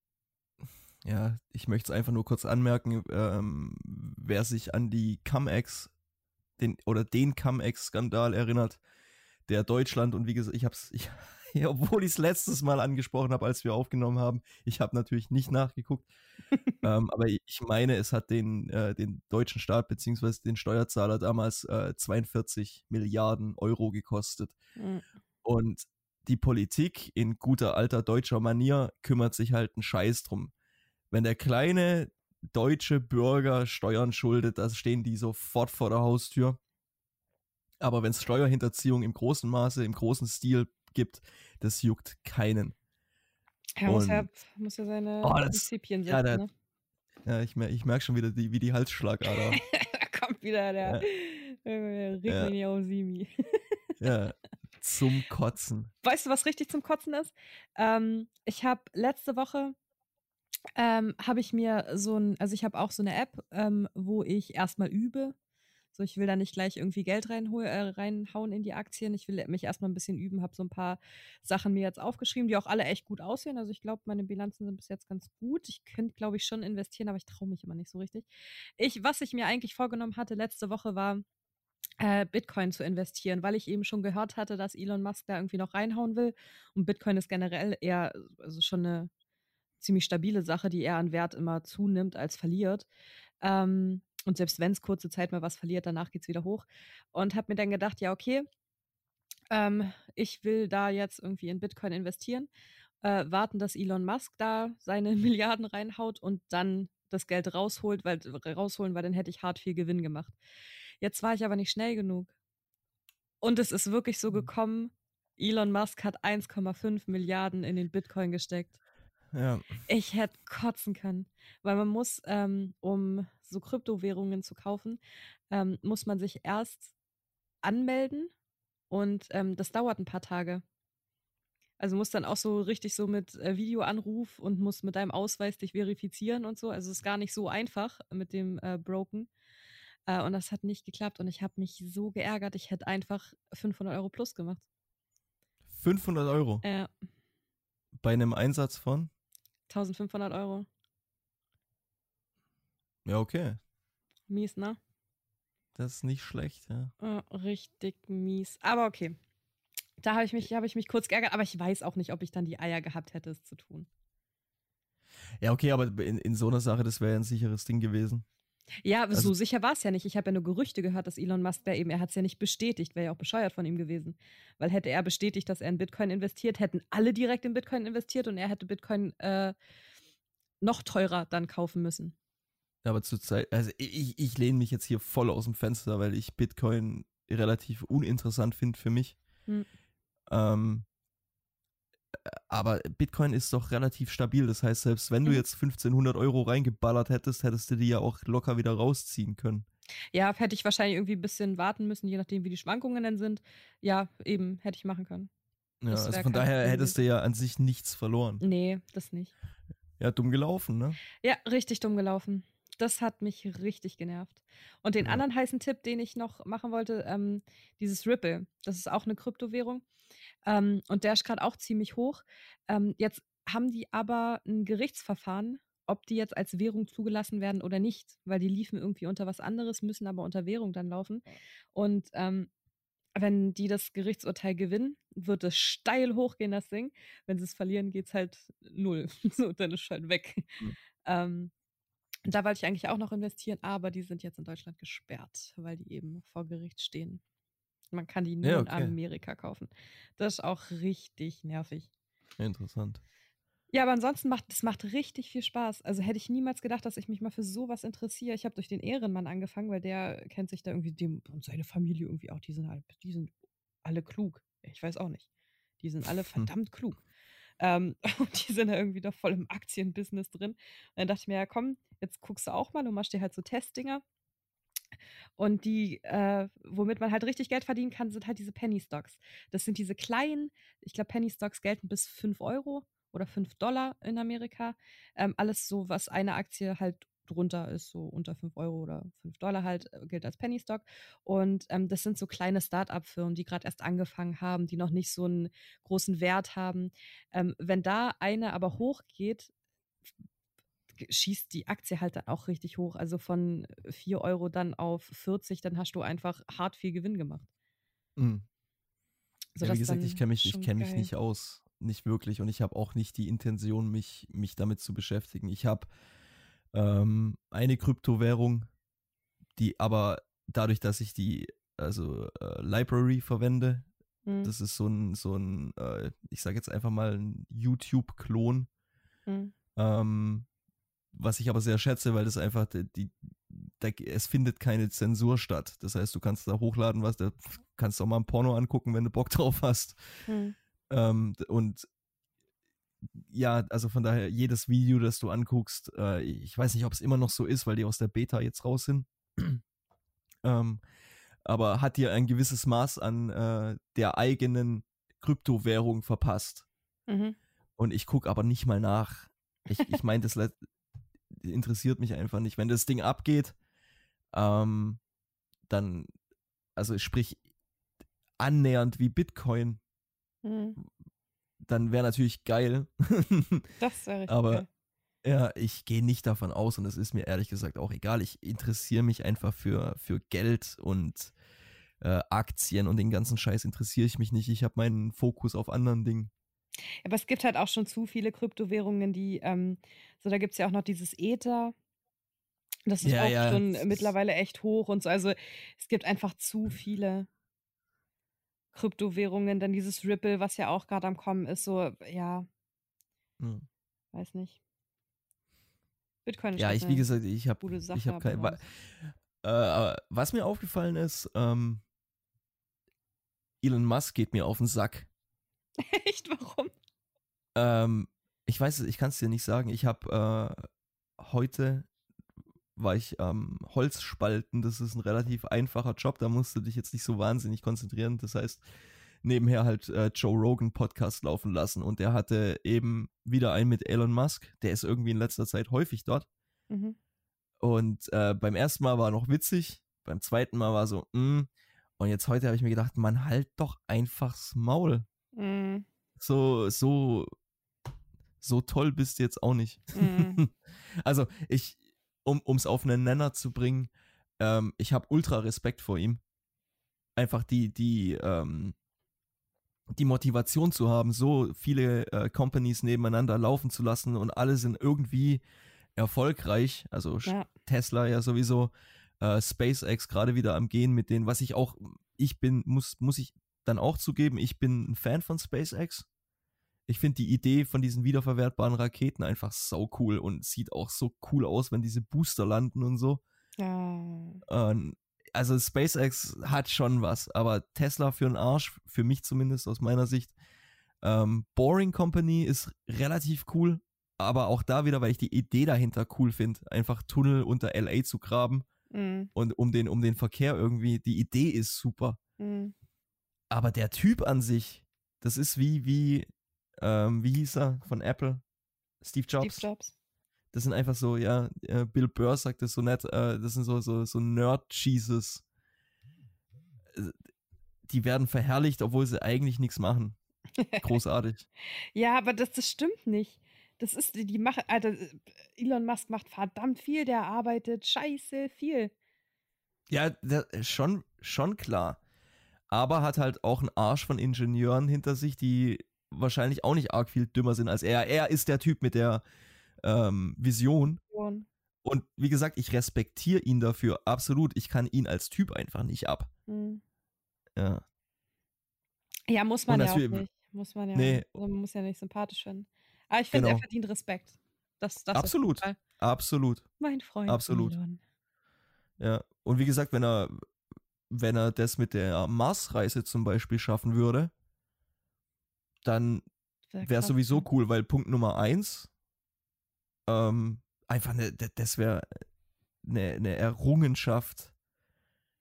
ja, ich möchte es einfach nur kurz anmerken, wer sich an die Cum-Ex, den Cum-Ex-Skandal erinnert, der Deutschland, und wie gesagt, obwohl ich es letztes Mal angesprochen habe, als wir aufgenommen haben, ich habe natürlich nicht nachgeguckt, aber ich meine, es hat den deutschen Staat bzw. den Steuerzahler damals 42 Milliarden Euro gekostet. Mhm. Und die Politik in guter alter deutscher Manier kümmert sich halt einen Scheiß drum. Wenn der kleine deutsche Bürger Steuern schuldet, da stehen die sofort vor der Haustür. Aber wenn es Steuerhinterziehung im großen Maße, im großen Stil gibt, das juckt keinen. Er Und muss ja seine das, Prinzipien ja, setzen, ne? ja, ich merke schon wieder, wie die Halsschlagader. Da kommt wieder der Ja, ja, Rigmini Osimi. ja, zum Kotzen. Weißt du, was richtig zum Kotzen ist? Ich habe letzte Woche habe ich mir also ich habe auch so eine App, wo ich erstmal übe. So, ich will da nicht gleich irgendwie Geld reinhauen in die Aktien. Ich will mich erstmal ein bisschen üben, habe so ein paar Sachen mir jetzt aufgeschrieben, die auch alle echt gut aussehen. Also ich glaube, meine Bilanzen sind bis jetzt ganz gut. Ich könnte, glaube ich, schon investieren, aber ich traue mich immer nicht so richtig. Was ich mir eigentlich vorgenommen hatte letzte Woche war, Bitcoin zu investieren, weil ich eben schon gehört hatte, dass Elon Musk da irgendwie noch reinhauen will. Und Bitcoin ist generell eher, also schon eine ziemlich stabile Sache, die eher an Wert immer zunimmt als verliert. Und selbst wenn es kurze Zeit mal was verliert, danach geht es wieder hoch. Und habe mir dann gedacht, ja, okay, ich will da jetzt irgendwie in Bitcoin investieren, warten, dass Elon Musk da seine Milliarden reinhaut und dann das Geld rausholen, weil dann hätte ich hart viel Gewinn gemacht. Jetzt war ich aber nicht schnell genug. Und es ist wirklich so gekommen, Elon Musk hat 1,5 Milliarden in den Bitcoin gesteckt. Ja. Ich hätte kotzen können, weil man muss, um so Kryptowährungen zu kaufen, muss man sich erst anmelden und das dauert ein paar Tage. Also muss dann auch so richtig so mit Videoanruf und muss mit deinem Ausweis dich verifizieren und so. Also es ist gar nicht so einfach mit dem Broken. Und das hat nicht geklappt und ich habe mich so geärgert. Ich hätte einfach 500 Euro plus gemacht. 500 Euro Ja, bei einem Einsatz von? 1500 Euro. Ja, okay. Mies, ne? Das ist nicht schlecht, ja. Richtig mies. Aber okay. Da habe ich mich kurz geärgert, aber ich weiß auch nicht, ob ich dann die Eier gehabt hätte, es zu tun. Ja, okay, aber in so einer Sache, das wäre ja ein sicheres Ding gewesen. Ja, Also, so sicher war es ja nicht. Ich habe ja nur Gerüchte gehört, dass Elon Musk da eben, er hat es ja nicht bestätigt, wäre ja auch bescheuert von ihm gewesen. Weil hätte er bestätigt, dass er in Bitcoin investiert, hätten alle direkt in Bitcoin investiert und er hätte Bitcoin noch teurer dann kaufen müssen. aber zurzeit, also ich lehne mich jetzt hier voll aus dem Fenster, weil ich Bitcoin relativ uninteressant finde für mich. Hm. Aber Bitcoin ist doch relativ stabil. Das heißt, selbst wenn du jetzt 1500 Euro reingeballert hättest, hättest du die ja auch locker wieder rausziehen können. Ja, hätte ich wahrscheinlich irgendwie ein bisschen warten müssen, je nachdem, wie die Schwankungen dann sind. Ja, eben, hätte ich machen können. Ja, Das also wäre von kein daher Problem hättest gewesen. du ja an sich nichts verloren. Nee, das nicht. Ja, dumm gelaufen, ne? Ja, richtig dumm gelaufen. Das hat mich richtig genervt. Und den Ja. anderen heißen Tipp, den ich noch machen wollte, dieses Ripple. Das ist auch eine Kryptowährung. Und der ist gerade auch ziemlich hoch. Jetzt haben die aber ein Gerichtsverfahren, ob die jetzt als Währung zugelassen werden oder nicht, weil die liefen irgendwie unter was anderes, müssen aber unter Währung dann laufen. Und wenn die das Gerichtsurteil gewinnen, wird es steil hochgehen, das Ding. Wenn sie es verlieren, geht es halt null. So, dann ist es halt weg. Hm. Ähm, Da wollte ich eigentlich auch noch investieren, aber die sind jetzt in Deutschland gesperrt, weil die eben vor Gericht stehen. Man kann die nur Ja, in okay. Amerika kaufen. Das ist auch richtig nervig. Interessant. Ja, aber ansonsten macht richtig viel Spaß. Also hätte ich niemals gedacht, dass ich mich mal für sowas interessiere. Ich habe durch den Ehrenmann angefangen, weil der kennt sich da irgendwie und seine Familie irgendwie auch, die sind alle klug. Ich weiß auch nicht. Die sind alle verdammt klug. Und die sind da irgendwie doch voll im Aktienbusiness drin. Und dann dachte ich mir, ja komm, jetzt guckst du auch mal und machst dir halt so Testdinger. Und die, womit man halt richtig Geld verdienen kann, sind halt diese Penny Stocks. Das sind diese kleinen, ich glaube, Penny Stocks gelten bis 5 Euro oder $5 in Amerika. Alles so, was eine Aktie halt drunter ist, so unter 5 Euro oder $5 halt, gilt als Penny Stock. Und das sind so kleine Start-up-Firmen, die gerade erst angefangen haben, die noch nicht so einen großen Wert haben. Wenn da eine aber hochgeht, schießt die Aktie halt dann auch richtig hoch. Also von 4 Euro dann auf 40, dann hast du einfach hart viel Gewinn gemacht. Mhm. Also Ja, wie das gesagt, ich dann kenne mich schon geil. nicht aus. Nicht wirklich. Und ich habe auch nicht die Intention, mich damit zu beschäftigen. Ich habe eine Kryptowährung, die aber dadurch, dass ich die Library verwende, Hm, das ist so ein ich sage jetzt einfach mal ein YouTube-Klon, hm, was ich aber sehr schätze, weil das einfach es findet keine Zensur statt. Das heißt, du kannst da hochladen, da kannst auch mal ein Porno angucken, wenn du Bock drauf hast. hm. Und ja, also von daher, jedes Video, das du anguckst, ich weiß nicht, ob es immer noch so ist, weil die aus der Beta jetzt raus sind, aber hat dir ein gewisses Maß an der eigenen Kryptowährung verpasst. Mhm. Und ich gucke aber nicht mal nach. Ich meine, das interessiert mich einfach nicht. Wenn das Ding abgeht, dann, also sprich annähernd wie Bitcoin, Hm. dann wäre natürlich geil. Das wäre richtig Aber geil. ja, ich gehe nicht davon aus und es ist mir ehrlich gesagt auch egal. Ich interessiere mich einfach für Geld und Aktien und den ganzen Scheiß interessiere ich mich nicht. Ich habe meinen Fokus auf anderen Dingen. Aber es gibt halt auch schon zu viele Kryptowährungen, die, so da gibt es ja auch noch dieses Ether. Das ist Ja, auch ja. schon mittlerweile echt hoch und so. Also es gibt einfach zu viele Kryptowährungen. Dann dieses Ripple, was ja auch gerade am Kommen ist, so, ja, Ja. weiß nicht. Bitcoin ist Ja, halt wie eine gesagt, gute ich Sache, habe aber kein, sonst. was mir aufgefallen ist, Elon Musk geht mir auf den Sack. Echt, warum? Ähm, ich weiß es, ich kann es dir nicht sagen. Ich habe heute war ich Holz spalten. Das ist ein relativ einfacher Job. Da musst du dich jetzt nicht so wahnsinnig konzentrieren. Das heißt, nebenher halt Joe Rogan Podcast laufen lassen. Und der hatte eben wieder einen mit Elon Musk. Der ist irgendwie in letzter Zeit häufig dort. Mhm. Und beim ersten Mal war noch witzig. Beim zweiten Mal war so, Und jetzt heute habe ich mir gedacht, man, halt doch einfach's Maul. Mm, So toll bist du jetzt auch nicht. mm, Also um es auf einen Nenner zu bringen, ich habe ultra Respekt vor ihm. Einfach die Motivation zu haben, so viele Companies nebeneinander laufen zu lassen und alle sind irgendwie erfolgreich. Also ja. Tesla ja sowieso, SpaceX gerade wieder am Gehen mit denen, muss ich dann auch zugeben, ich bin ein Fan von SpaceX. Ich finde die Idee von diesen wiederverwertbaren Raketen einfach sau cool und sieht auch so cool aus, wenn diese Booster landen und so. Ja. Also SpaceX hat schon was, aber Tesla für einen Arsch, für mich zumindest aus meiner Sicht. Boring Company ist relativ cool, aber auch da wieder, weil ich die Idee dahinter cool finde, einfach Tunnel unter LA zu graben Mm, und um den Verkehr irgendwie, die Idee ist super. mm. Aber der Typ an sich, das ist wie hieß er von Apple? Steve Steve Jobs. Jobs. Das sind einfach so, ja, Bill Burr sagt das so nett, das sind so Nerd-Cheeses. Die werden verherrlicht, obwohl sie eigentlich nichts machen. Großartig. Ja, aber das stimmt nicht. Das ist, die machen, Alter, Elon Musk macht verdammt viel, der arbeitet scheiße viel. Ja, schon klar. Aber hat halt auch einen Arsch von Ingenieuren hinter sich, die wahrscheinlich auch nicht arg viel dümmer sind als er. Er ist der Typ mit der Vision. Und, Und wie gesagt, ich respektiere ihn dafür absolut. Ich kann ihn als Typ einfach nicht ab. mm. Ja. Ja, muss Und man ja auch natürlich, nicht. Muss man ja, nee, also man muss ja nicht sympathisch finden. Aber ich finde, er genau. verdient Respekt. Das auf jeden Absolut. Fall. Absolut. Mein Freund Absolut. Elon. Ja. Und wie gesagt, wenn er das mit der Marsreise zum Beispiel schaffen würde, dann Wäre wäre es krass, sowieso ja. cool, weil Punkt Nummer 1, einfach das wäre eine Errungenschaft,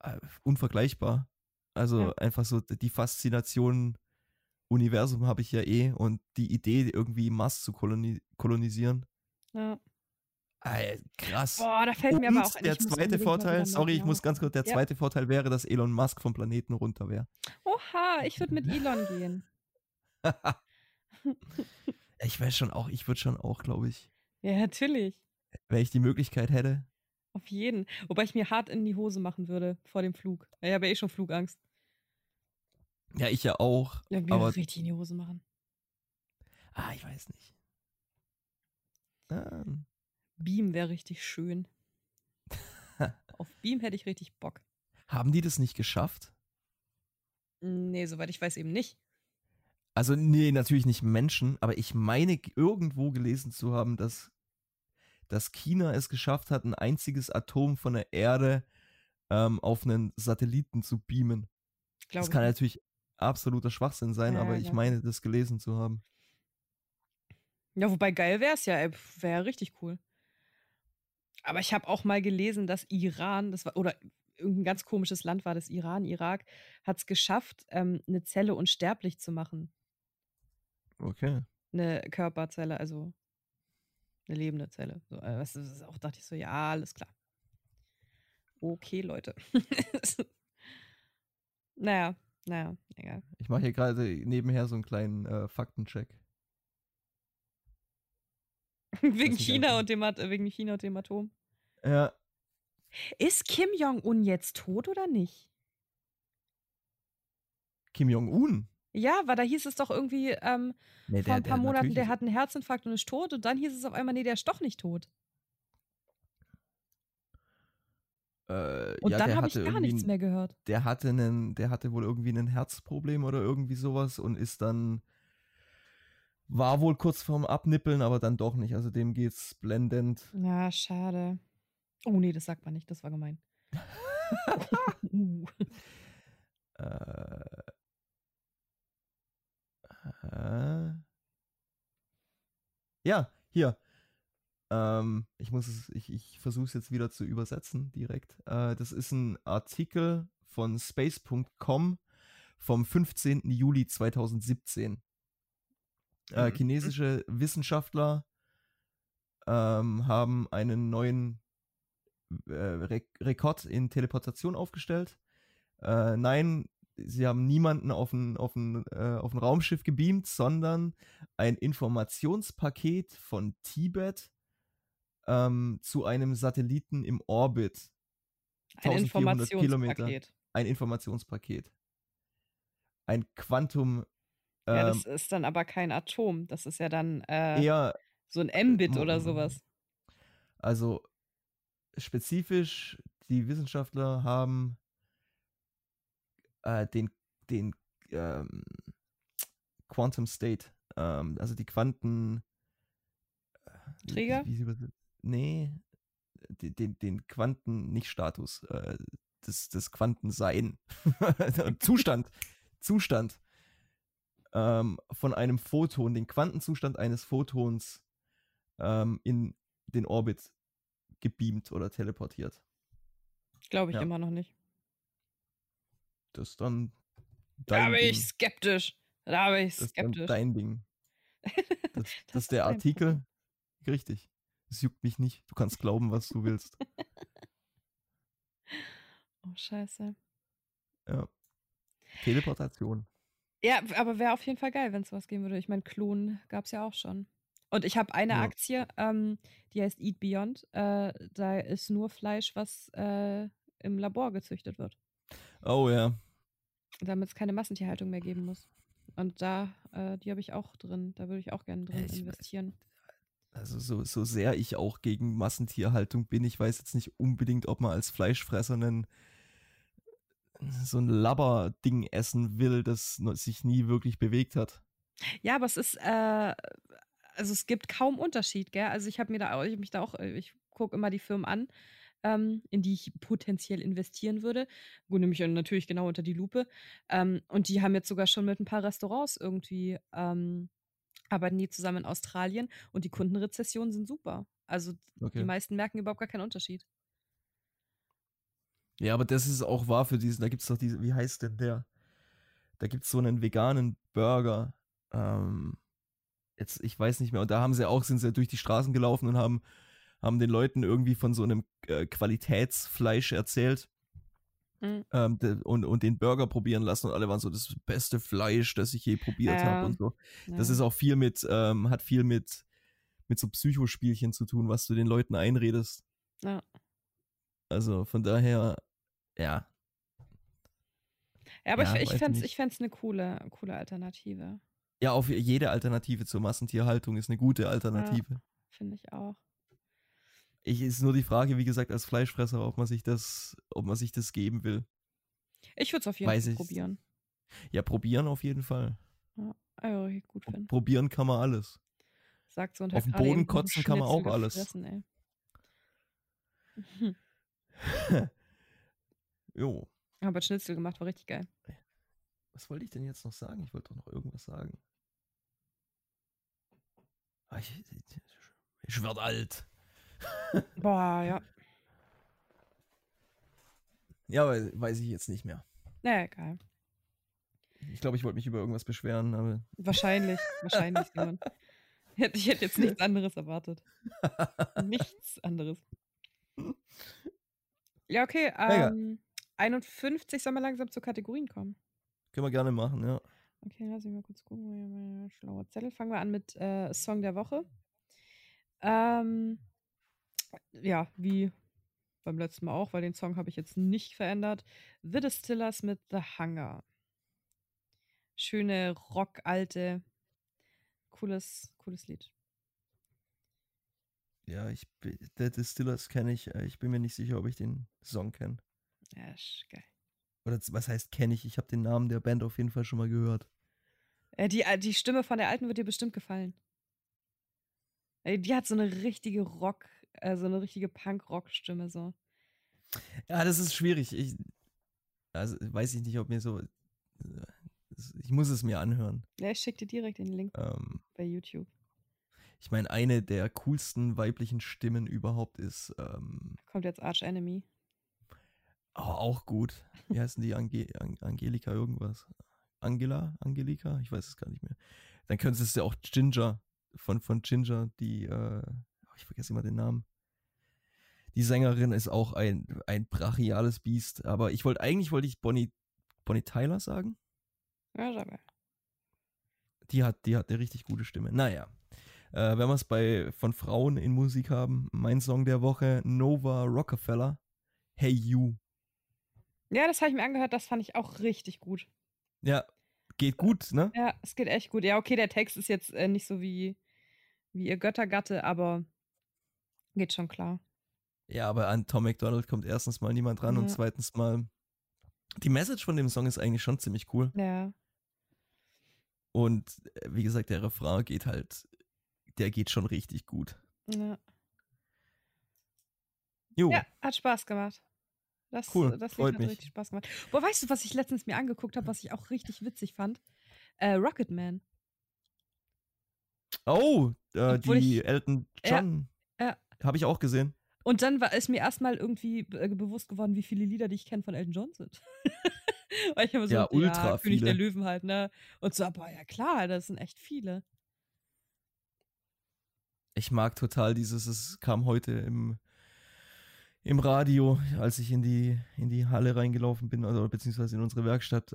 unvergleichbar. Ja, Also einfach so die Faszination Universum habe ich ja eh und die Idee, irgendwie Mars zu kolonisieren. ja. Krass. Boah, da fällt mir aber auch Und ein, der ich muss zweite unbedingt mal Vorteil, wieder sorry, ich muss ganz kurz, nachgucken. der Ja. zweite Vorteil wäre, dass Elon Musk vom Planeten runter wäre. Oha, ich würde mit Elon gehen. Ich würde schon auch, glaube ich, Ja, natürlich. wenn ich die Möglichkeit hätte. Auf jeden. Wobei ich mir hart in die Hose machen würde vor dem Flug. Ich habe ja eh schon Flugangst. Ja, ich ja auch, Irgendwie aber richtig in die Hose machen. ich weiß nicht. Ah. Beam wäre richtig schön. Auf Beam hätte ich richtig Bock. Haben die das nicht geschafft? Nee, soweit ich weiß eben nicht. Also, nee, natürlich nicht Menschen, aber ich meine irgendwo gelesen zu haben, dass China es geschafft hat, ein einziges Atom von der Erde auf einen Satelliten zu beamen. Das Glaube ich kann nicht. natürlich absoluter Schwachsinn sein, aber Ja, ich glaube ich nicht. meine, das gelesen zu haben. Ja, wobei geil wäre es ja, wäre richtig cool. Aber ich habe auch mal gelesen, dass Iran, das war, oder irgendein ganz komisches Land war das, Iran, Irak, hat es geschafft, eine Zelle unsterblich zu machen. Okay. Eine Körperzelle, also eine lebende Zelle. So, das ist auch, dachte ich so, ja, alles klar. Okay, Leute. Naja, naja, egal. Ich mache hier gerade nebenher so einen kleinen Faktencheck. Wegen Weiß nicht, China und wegen China und dem Atom. ja, Ist Kim Jong-un jetzt tot oder nicht? Kim Jong-un. Ja, weil da hieß es doch irgendwie Nee, vor ein paar der Monaten, natürlich der ist. hat einen Herzinfarkt und ist tot. Und dann hieß es auf einmal, nee, der ist doch nicht tot. Und Ja, dann der habe hatte ich gar irgendwie nichts mehr gehört. der hatte wohl irgendwie ein Herzproblem oder irgendwie sowas und ist dann, war wohl kurz vorm Abnippeln, aber dann doch nicht. Also dem geht's blendend. Ja, schade. Oh nee, das sagt man nicht, das war gemein. uh. äh, äh, ja, hier. Ich versuche es jetzt wieder zu übersetzen direkt. Das ist ein Artikel von space.com vom 15. Juli 2017. Mhm. Chinesische Wissenschaftler haben einen neuen Rekord in Teleportation aufgestellt. Nein, sie haben niemanden auf ein Raumschiff gebeamt, sondern ein Informationspaket von Tibet zu einem Satelliten im Orbit. Ein 1400 Kilometer. Informationspaket. Ein Informationspaket. Ein Quantum, Ja, das ähm, ist dann aber kein Atom. Das ist ja dann eher, so ein Mbit oder sowas. also spezifisch, die Wissenschaftler haben den ähm, Quantum State, also die Quanten, Träger? nee, den Quanten, nicht Status, das Quantensein, Zustand von einem Photon, den Quantenzustand eines Photons in den Orbit gebeamt oder teleportiert. Glaube ich Ja, immer noch nicht. das ist dann Da dein bin ich Ding. skeptisch. Da bin ich Das ist dann skeptisch. dein Ding. Das ist ist der dein Problem. Artikel. Richtig. Es juckt mich nicht. Du kannst glauben, was du willst. Oh, scheiße. Ja. Teleportation. Ja, aber wäre auf jeden Fall geil, wenn es was geben würde. Ich meine, Klonen gab es ja auch schon. Und ich habe eine Ja. Aktie, die heißt Eat Beyond. Da ist nur Fleisch, was im Labor gezüchtet wird, Oh ja. damit es keine Massentierhaltung mehr geben muss. Und die habe ich auch drin. Da würde ich auch gerne drin Ich, investieren. also so sehr ich auch gegen Massentierhaltung bin, ich weiß jetzt nicht unbedingt, ob man als Fleischfresser so ein Labber-Ding essen will, das sich nie wirklich bewegt hat. Ja, aber es ist, also es gibt kaum Unterschied, gell? Also ich habe mich da auch, ich gucke immer die Firmen an, in die ich potenziell investieren würde. Gut, nehme ich ja natürlich genau unter die Lupe. Und die haben jetzt sogar schon mit ein paar Restaurants irgendwie, arbeiten die zusammen in Australien und die Kundenrezessionen sind super. Also die Okay. meisten merken überhaupt gar keinen Unterschied. Ja, aber das ist auch wahr für diesen, da gibt's doch diese, wie heißt denn der? Da gibt's so einen veganen Burger. Ähm, Jetzt, ich weiß nicht mehr. Und da sind sie durch die Straßen gelaufen und haben den Leuten irgendwie von so einem Qualitätsfleisch erzählt. Mhm. Und den Burger probieren lassen und alle waren so, das beste Fleisch, das ich je probiert habe Ja, und so. Das ja, ist auch hat viel mit so Psychospielchen zu tun, was du den Leuten einredest. ja. Also von daher, ja, Ja, aber ja, ich weiß ich fände es nicht. eine coole Alternative. Ja, auf jede Alternative zur Massentierhaltung ist eine gute Ja, Alternative. finde ich auch. Ist nur die Frage, wie gesagt, als Fleischfresser, ob man sich das geben will. Ich würde es auf jeden Weiß Fall ich. probieren. Ja, probieren auf jeden Fall. Ja, also, ich gut finden. Probieren kann man alles. Sagt so und Auf hat den gerade Boden eben noch ein kotzen kann man Schnitzel auch alles. gefressen, ey. Jo. Aber Schnitzel gemacht war richtig geil. Was wollte ich denn jetzt noch sagen? Ich wollte doch noch irgendwas sagen. Ah, ich werde alt. Boah, ja. Ja, aber weiß ich jetzt nicht mehr. Naja, egal. Ich glaube, ich wollte mich über irgendwas beschweren, aber. Wahrscheinlich, Simon. Ich hätte jetzt nichts anderes erwartet. Nichts anderes. Ja, okay. Mega. 51 soll mal langsam zu Kategorien kommen. Können wir gerne machen, ja. Okay, lass mich mal kurz gucken. Schlauer Zettel. Fangen wir an mit Song der Woche. Ja, wie beim letzten Mal auch, weil den Song habe ich jetzt nicht verändert. The Distillers mit The Hunger. Schöne, rockalte, cooles Lied. Ja, The Distillers kenne ich. Ich bin mir nicht sicher, ob ich den Song kenne. Ja, ist geil. Oder was heißt kenne ich? Ich habe den Namen der Band auf jeden Fall schon mal gehört. Die Stimme von der alten wird dir bestimmt gefallen. Die hat so eine richtige so eine richtige Punk-Rock-Stimme so. Ja, das ist schwierig. Also weiß ich nicht, ob mir so. Ich muss es mir anhören. Ja, ich schicke dir direkt den Link bei YouTube. Ich meine, eine der coolsten weiblichen Stimmen überhaupt ist. Kommt jetzt Arch Enemy. Auch gut. Wie heißen die? Angelika irgendwas. Angelika? Ich weiß es gar nicht mehr. Dann könnte es ja auch Ginger von Ginger, ich vergesse immer den Namen. Die Sängerin ist auch ein brachiales Biest, aber eigentlich wollte ich Bonnie Tyler sagen. Ja, sag mal. Die hat eine richtig gute Stimme. Naja. Wenn wir es von Frauen in Musik haben, mein Song der Woche, Nova Rockefeller, Hey You. Ja, das habe ich mir angehört, das fand ich auch richtig gut. Ja, geht gut, ne? Ja, es geht echt gut. Ja, okay, der Text ist jetzt nicht so wie ihr Göttergatte, aber geht schon klar. Ja, aber an Tom McDonald kommt erstens mal niemand ran und zweitens mal, die Message von dem Song ist eigentlich schon ziemlich cool. Ja. Und wie gesagt, der Refrain der geht schon richtig gut. Ja. Jo. Ja, hat Spaß gemacht. Cool, Das Lied freut hat mich. richtig Spaß gemacht. Boah, weißt du, was ich letztens mir angeguckt habe, was ich auch richtig witzig fand? Rocketman. Oh, Obwohl die ich, Elton John. ja. Habe ich auch gesehen. Und dann ist mir erstmal irgendwie bewusst geworden, wie viele Lieder, die ich kenne von Elton John sind. Weil ich immer so, Ja, ultra König der viele. Löwen halt, ne? Und so, aber ja klar, das sind echt viele. Ich mag total es kam heute im Radio, als ich in die Halle reingelaufen bin, also beziehungsweise in unsere Werkstatt.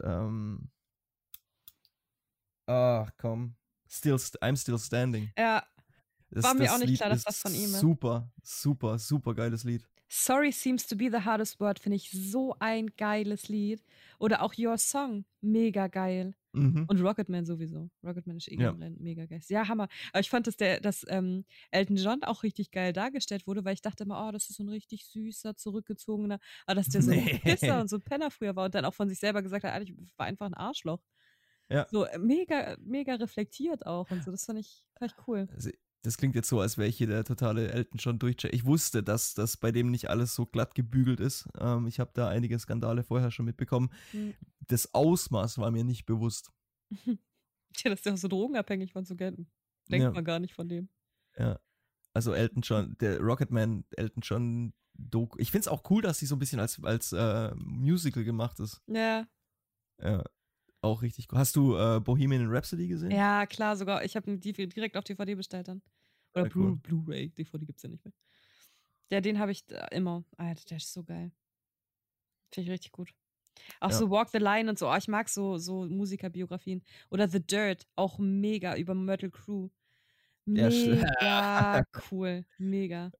Komm. I'm Still Standing. Ja, war mir auch nicht Lied klar, dass ist das von ihm ist. super, super, super geiles Lied. Sorry Seems to be the hardest word, finde ich so ein geiles Lied. Oder auch Your Song, mega geil. Mhm. Und Rocketman sowieso. Rocketman ist generell mega geil. Ja, Hammer. Aber ich fand, dass Elton John auch richtig geil dargestellt wurde, weil ich dachte immer, oh, das ist so ein richtig süßer, zurückgezogener, aber dass der so ein Pisser und so ein Penner früher war und dann auch von sich selber gesagt hat, ich war einfach ein Arschloch. Ja. So mega, mega reflektiert auch und so. Das fand ich cool. Das klingt jetzt so, als wäre ich hier der totale Elton John Durchcheck. Ich wusste, dass das bei dem nicht alles so glatt gebügelt ist. Ich habe da einige Skandale vorher schon mitbekommen. Das Ausmaß war mir nicht bewusst. Tja, dass der auch so drogenabhängig war, so denkt man gar nicht von dem. Ja. Also Elton John, der Rocketman, Elton John Doku. Ich finde es auch cool, dass sie so ein bisschen als Musical gemacht ist. Ja. Ja, auch richtig cool. Hast du Bohemian Rhapsody gesehen? Ja, klar, sogar. Ich habe die direkt auf DVD bestellt dann. Oder Ja, cool. Blu-ray. DVD gibt's ja nicht mehr. Ja, den habe ich immer. Alter, der ist so geil. Finde ich richtig gut. Auch Ja. so Walk the Line und so. Oh, ich mag so Musikerbiografien. Oder The Dirt, auch mega, über Mötley Crüe. Ja, Mega cool. Mega.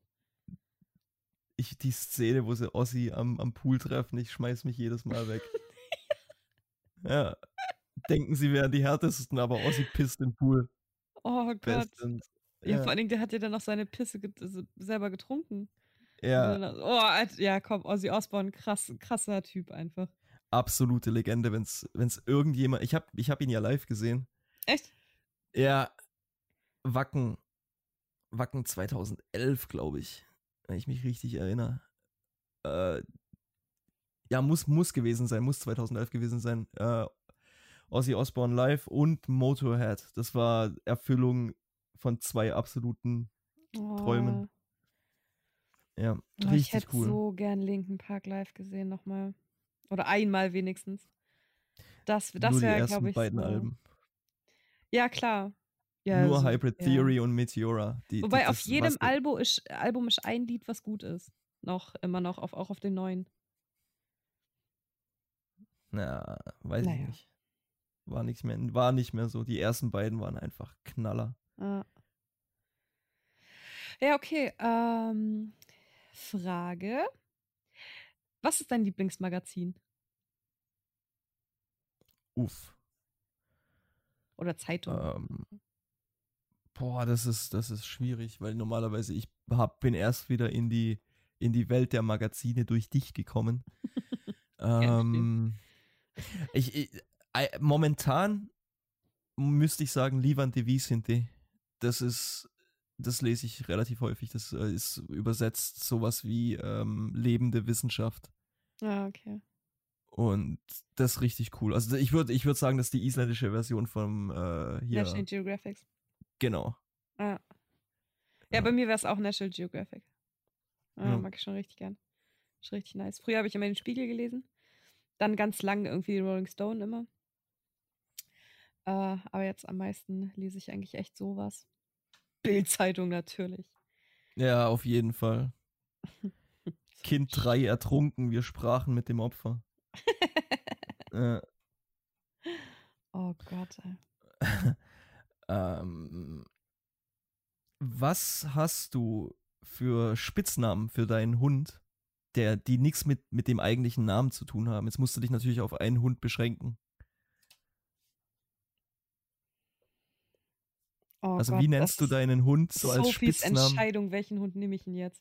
Die Szene, wo sie Ozzy am Pool treffen, ich schmeiß mich jedes Mal weg. Ja. Denken, sie wären die härtesten, aber Ozzy pisst im Pool. Oh Gott. Bestens. Ja, vor allen Dingen, der hat ja dann noch seine Pisse selber getrunken. Ja, Ja, komm, Ozzy Osbourne, krasser Typ einfach. absolute Legende, wenn's irgendjemand. Ich hab ihn ja live gesehen. Echt? Ja, Wacken 2011, glaube ich. Wenn ich mich richtig erinnere. Ja, muss gewesen sein, muss 2011 gewesen sein. Ozzy Osbourne live und Motorhead. Das war Erfüllung von 2 absoluten Träumen. Ja, Ich richtig hätte cool. so gern Linkin Park live gesehen nochmal. Oder einmal wenigstens. Das Nur die wäre, ersten glaube ich, beiden so. Alben. Ja, ja, klar. Nur so, Hybrid ja. Theory und Meteora. Wobei auf das, jedem Album ist ein Lied, was gut ist. Immer noch, auch auf den neuen. Na, weiß ich nicht. War nicht mehr so. Die ersten beiden waren einfach Knaller. Ja, okay. Frage. Was ist dein Lieblingsmagazin? Uff. Oder Zeitung? Boah, das ist schwierig, weil normalerweise bin erst wieder in die Welt der Magazine durch dich gekommen. Momentan müsste ich sagen, Livan de Vicente. Das lese ich relativ häufig. Das ist übersetzt sowas wie lebende Wissenschaft. Ah, okay. Und das ist richtig cool. Also ich würd sagen, das ist die isländische Version vom hier. National Geographic. Genau. Ja, bei mir wäre es auch National Geographic. Mag ich schon richtig gern. Ist richtig nice. Früher habe ich immer den Spiegel gelesen. Dann ganz lang irgendwie Rolling Stone immer. Aber jetzt am meisten lese ich eigentlich echt sowas. Bild-Zeitung natürlich. Ja, auf jeden Fall. Kind 3 ertrunken, wir sprachen mit dem Opfer. Oh Gott. Was hast du für Spitznamen für deinen Hund, die nichts mit dem eigentlichen Namen zu tun haben? Jetzt musst du dich natürlich auf einen Hund beschränken. Oh also Gott, wie nennst du deinen Hund so als Sophies Spitznamen? Entscheidung, welchen Hund nehme ich ihn jetzt?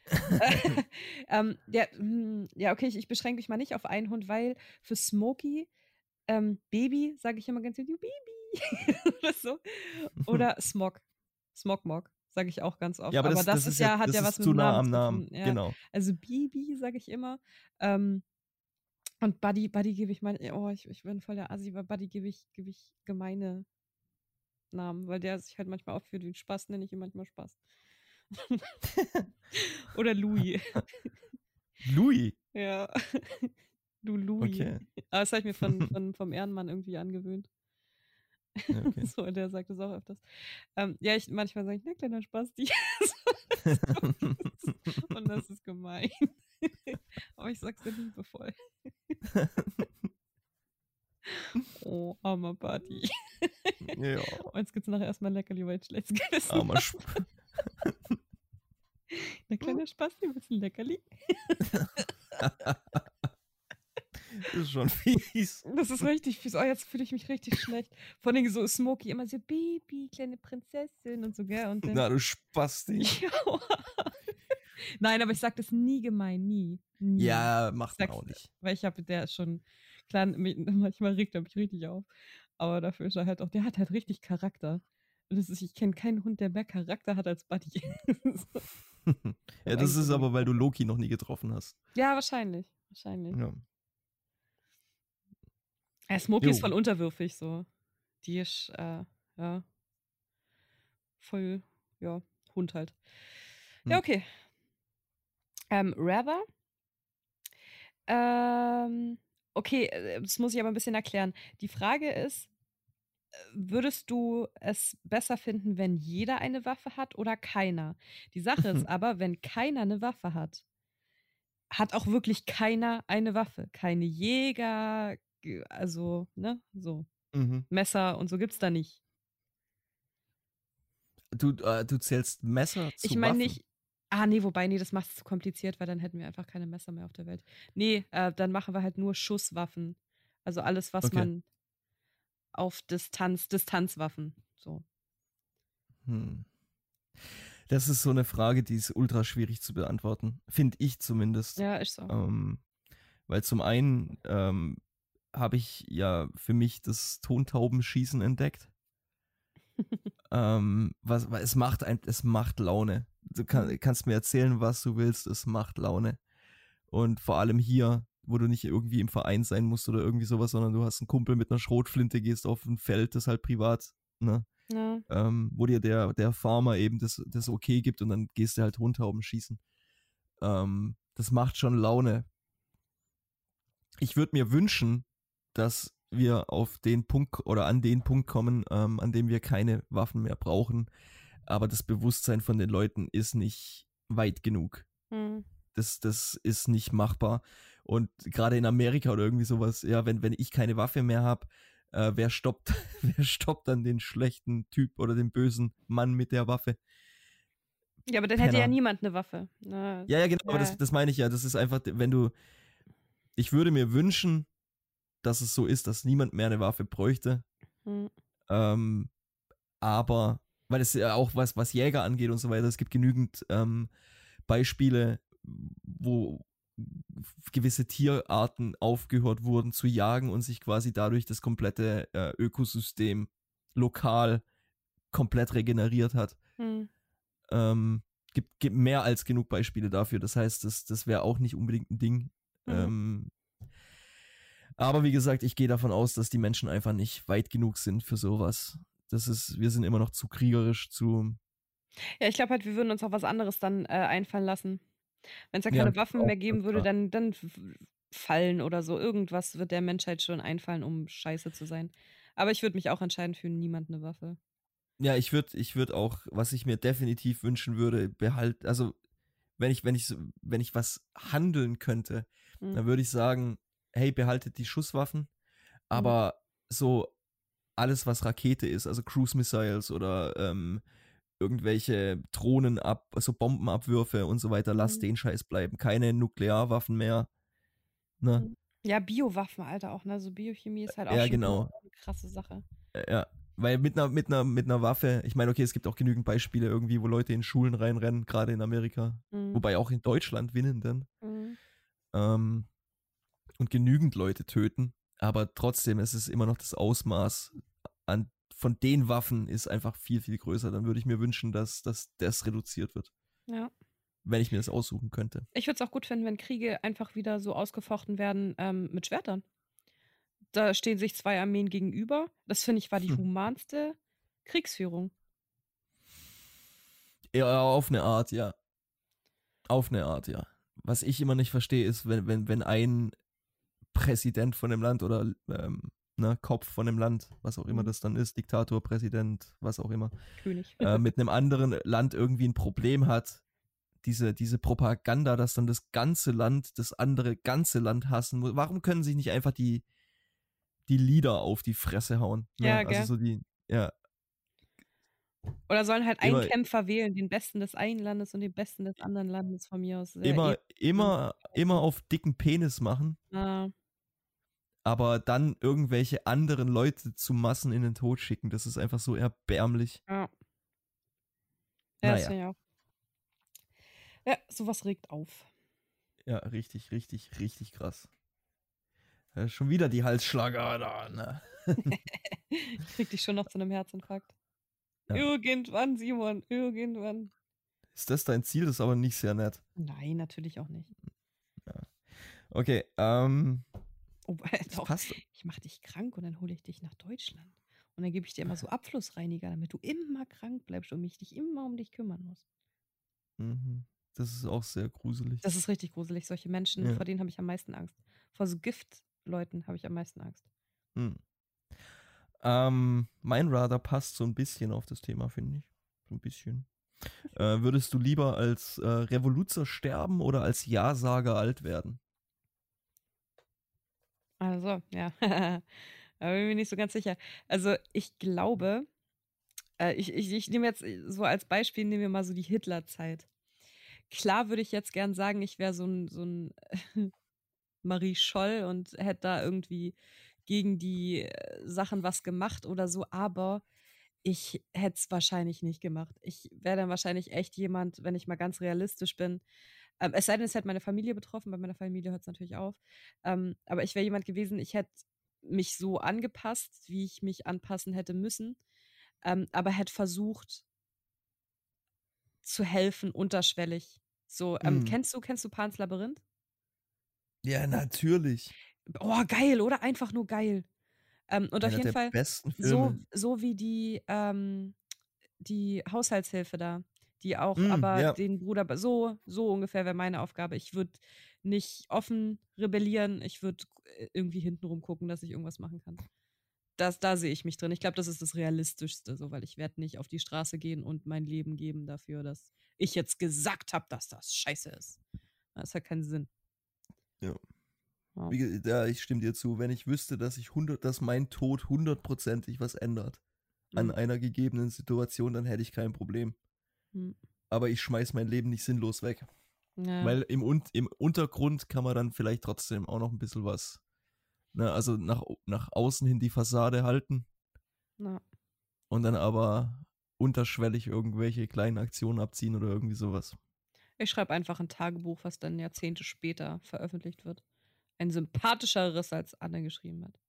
Okay, ich beschränke mich mal nicht auf einen Hund, weil für Smokey, Baby, sage ich immer ganz viel, Baby oder so. Oder Smog, sage ich auch ganz oft. Ja, aber das hat ja was mit zu dem nah Namen am zu Namen. tun. Ja. Genau. Also Bibi sage ich immer. Und Buddy gebe ich ich bin voll der Assi, weil Buddy gebe ich gemeine Namen, weil der sich halt manchmal auch für den Spaß nenne ich ihn manchmal Spaß. Oder Louis. Louis? Ja. Du Louis. Okay. Aber das habe ich mir vom Ehrenmann irgendwie angewöhnt. Ja, okay. So, der sagt das auch öfters. Manchmal sage ich, na kleiner Spasti. Und das ist gemein. Aber ich sag's dir liebevoll. Oh, armer Buddy. Ja. Und jetzt gibt's nachher erstmal ein Leckerli, weil ich schlechtes Gewissen Armer Na kleiner Spasti, willst du ein Leckerli? Das ist schon fies. Das ist richtig fies. Oh, jetzt fühle ich mich richtig schlecht. Vor allem so Smokey immer so Baby, kleine Prinzessin und so, gell? Und dann, Na, du Spasti. ja. Nein, aber ich sag das nie gemein, nie. Ja, macht man auch nicht. Weil der ist schon, klar, manchmal regt er mich richtig auf. Aber dafür ist er halt auch, der hat halt richtig Charakter. Und ich kenne keinen Hund, der mehr Charakter hat als Buddy. Ja, das ist aber, weil du Loki noch nie getroffen hast. Ja, wahrscheinlich. Ja. Smokey ist voll unterwürfig, so. Die ist, voll, Hund halt. Ja, okay. Rather. Ähm, okay, das muss ich aber ein bisschen erklären. Die Frage ist, würdest du es besser finden, wenn jeder eine Waffe hat oder keiner? Die Sache ist aber, wenn keiner eine Waffe hat, hat auch wirklich keiner eine Waffe. Keine Jäger, also, ne, so. Mhm. Messer und so gibt's da nicht. Du zählst Messer Ich zu meine Waffen. nicht. Ah, nee, wobei, nee, das macht es zu kompliziert, weil dann hätten wir einfach keine Messer mehr auf der Welt. Nee, dann machen wir halt nur Schusswaffen. Also alles, was Okay. man auf Distanzwaffen. So. Hm. Das ist so eine Frage, die ist ultra schwierig zu beantworten. Finde ich zumindest. Ja, ist so. Weil zum einen habe ich ja für mich das Tontaubenschießen entdeckt. Es macht Laune. Du kannst mir erzählen, was du willst, es macht Laune. Und vor allem hier, wo du nicht irgendwie im Verein sein musst oder irgendwie sowas, sondern du hast einen Kumpel mit einer Schrotflinte, gehst auf ein Feld, das halt privat, ne? Ja. Wo dir der Farmer eben das okay gibt und dann gehst du halt Rundtauben schießen. Das macht schon Laune. Ich würde mir wünschen, dass wir auf den Punkt oder an den Punkt kommen, an dem wir keine Waffen mehr brauchen. Aber das Bewusstsein von den Leuten ist nicht weit genug. Hm. Das ist nicht machbar. Und gerade in Amerika oder irgendwie sowas, ja, wenn ich keine Waffe mehr habe, wer stoppt, wer stoppt dann den schlechten Typ oder den bösen Mann mit der Waffe? Ja, aber dann hätte ja Penner. niemand eine Waffe. Na, Ja, genau, aber ja. das meine ich ja. Das ist einfach, ich würde mir wünschen, dass es so ist, dass niemand mehr eine Waffe bräuchte. Hm. Ähm, aber, weil es ja auch was Jäger angeht und so weiter, es gibt genügend Beispiele, wo gewisse Tierarten aufgehört wurden zu jagen und sich quasi dadurch das komplette Ökosystem lokal komplett regeneriert hat. Hm. Gibt mehr als genug Beispiele dafür. Das heißt, das wäre auch nicht unbedingt ein Ding. Hm. Aber wie gesagt, ich gehe davon aus, dass die Menschen einfach nicht weit genug sind für sowas. Wir sind immer noch zu kriegerisch, Ja, ich glaube halt, wir würden uns auch was anderes dann einfallen lassen. Wenn es ja ja, keine Waffen auch mehr geben würde, dann Fallen oder so. Irgendwas wird der Menschheit schon einfallen, um scheiße zu sein. Aber ich würde mich auch entscheiden für niemand eine Waffe. ja, ich würde auch, was ich mir definitiv wünschen würde, behalten, also wenn ich was handeln könnte, Hm. dann würde ich sagen, hey, behaltet die Schusswaffen, Hm. aber so alles, was Rakete ist, also Cruise Missiles oder irgendwelche also Bombenabwürfe und so weiter, lasst Hm. den Scheiß bleiben. Keine Nuklearwaffen mehr, ne? Hm. Ja, Biowaffen, Alter, auch, ne? So Biochemie ist halt auch Ja, schon genau. eine krasse Sache. Ja, weil mit einer Waffe, ich meine, okay, es gibt auch genügend Beispiele irgendwie, wo Leute in Schulen reinrennen, gerade in Amerika, Hm. wobei auch in Deutschland winnen dann, Hm. und genügend Leute töten, aber trotzdem ist es immer noch das Ausmaß von den Waffen ist einfach viel, viel größer. Dann würde ich mir wünschen, dass das reduziert wird, Ja. wenn ich mir das aussuchen könnte. Ich würde es auch gut finden, wenn Kriege einfach wieder so ausgefochten werden mit Schwertern. Da stehen sich zwei Armeen gegenüber. Das finde ich war die humanste Kriegsführung. Ja, auf eine Art, ja. Auf eine Art, ja. Was ich immer nicht verstehe, ist, wenn ein Präsident von dem Land oder Kopf von dem Land, was auch immer Hm. das dann ist, Diktator, Präsident, was auch immer, König. mit einem anderen Land irgendwie ein Problem hat, diese Propaganda, dass dann das ganze Land, das andere ganze Land hassen muss. Warum können sich nicht einfach die Lieder auf die Fresse hauen? Ja, Ne? Also gell? so ja, Oder sollen halt einen immer, Kämpfer wählen, den Besten des einen Landes und den Besten des anderen Landes von mir aus. immer, immer, immer auf dicken Penis machen, Ah, aber dann irgendwelche anderen Leute zu Massen in den Tod schicken. Das ist einfach so erbärmlich. ja. Ja, das Naja, finde ich auch. Ja, sowas regt auf. ja, richtig, richtig, richtig krass. Schon wieder die Halsschlagader, ne? Ich krieg dich schon noch zu einem Herzinfarkt. Ja. Irgendwann, Simon, irgendwann. Ist das dein Ziel? Das ist aber nicht sehr nett. Nein, natürlich auch nicht. Ja. Okay, Oh, das doch, passt. ich mach dich krank und dann hole ich dich nach Deutschland. Und dann gebe ich dir immer so Abflussreiniger, damit du immer krank bleibst und mich dich immer um dich kümmern musst. Mhm. Das ist auch sehr gruselig. Das ist richtig gruselig. Solche Menschen, Ja. vor denen habe ich am meisten Angst. Vor so Giftleuten habe ich am meisten Angst. Hm. Mein Radar passt so ein bisschen auf das Thema, finde ich. So ein bisschen. Würdest du lieber als Revoluzer sterben oder als Ja-Sager alt werden? Also, ja. Da bin ich mir nicht so ganz sicher. Also, ich glaube, ich nehme jetzt so als Beispiel, nehmen wir mal so die Hitlerzeit. Klar würde ich jetzt gern sagen, ich wäre so ein Marie Scholl und hätte da irgendwie gegen die Sachen was gemacht oder so, aber ich hätte es wahrscheinlich nicht gemacht. Ich wäre dann wahrscheinlich echt jemand, wenn ich mal ganz realistisch bin. Es sei denn, es hätte meine Familie betroffen, bei meiner Familie hört es natürlich auf. Aber ich wäre jemand gewesen, ich hätte mich so angepasst, wie ich mich anpassen hätte müssen, aber hätte versucht zu helfen, unterschwellig. So, Hm. kennst du Pans Labyrinth? Ja, natürlich. Oh, geil, oder? Einfach nur geil. Und auf Einer jeden der Fall besten so Filme. so wie die Haushaltshilfe da, die auch aber Ja. den Bruder so ungefähr wäre meine Aufgabe. Ich würde nicht offen rebellieren, ich würde irgendwie hintenrum gucken, dass ich irgendwas machen kann. Da sehe ich mich drin. Ich glaube, das ist das Realistischste so, weil ich werde nicht auf die Straße gehen und mein Leben geben dafür, dass ich jetzt gesagt habe, dass das scheiße ist. Das hat keinen Sinn. Ja. Ja. Ja, ich stimme dir zu. Wenn ich wüsste, dass mein Tod 100%ig was ändert an Mhm. einer gegebenen Situation, dann hätte ich kein Problem. Mhm. Aber ich schmeiß mein Leben nicht sinnlos weg. Ja. Weil im Untergrund kann man dann vielleicht trotzdem auch noch ein bisschen was, ne, also nach außen hin die Fassade halten Ja. und dann aber unterschwellig irgendwelche kleinen Aktionen abziehen oder irgendwie sowas. Ich schreibe einfach ein Tagebuch, was dann Jahrzehnte später veröffentlicht wird. Ein sympathischeres, als Anne geschrieben hat.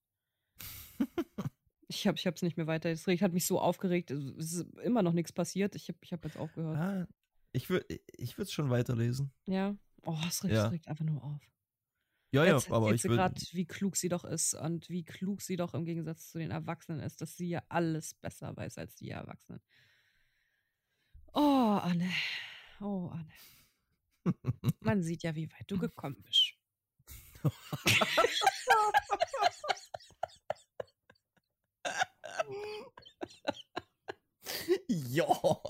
Ich hab's nicht mehr weiter. Das hat mich so aufgeregt. Es ist immer noch nichts passiert. Ich hab jetzt aufgehört. Ah, ich würde es schon weiterlesen. Ja. Oh, es Ja. regt einfach nur auf. Ja, ja, Jetzt aber erzählt ich sie würde. gerade, wie klug sie doch ist und wie klug sie doch im Gegensatz zu den Erwachsenen ist, dass sie ja alles besser weiß als die Erwachsenen. Oh, Anne. Oh, Anne. Man sieht ja, wie weit du gekommen bist. Ja.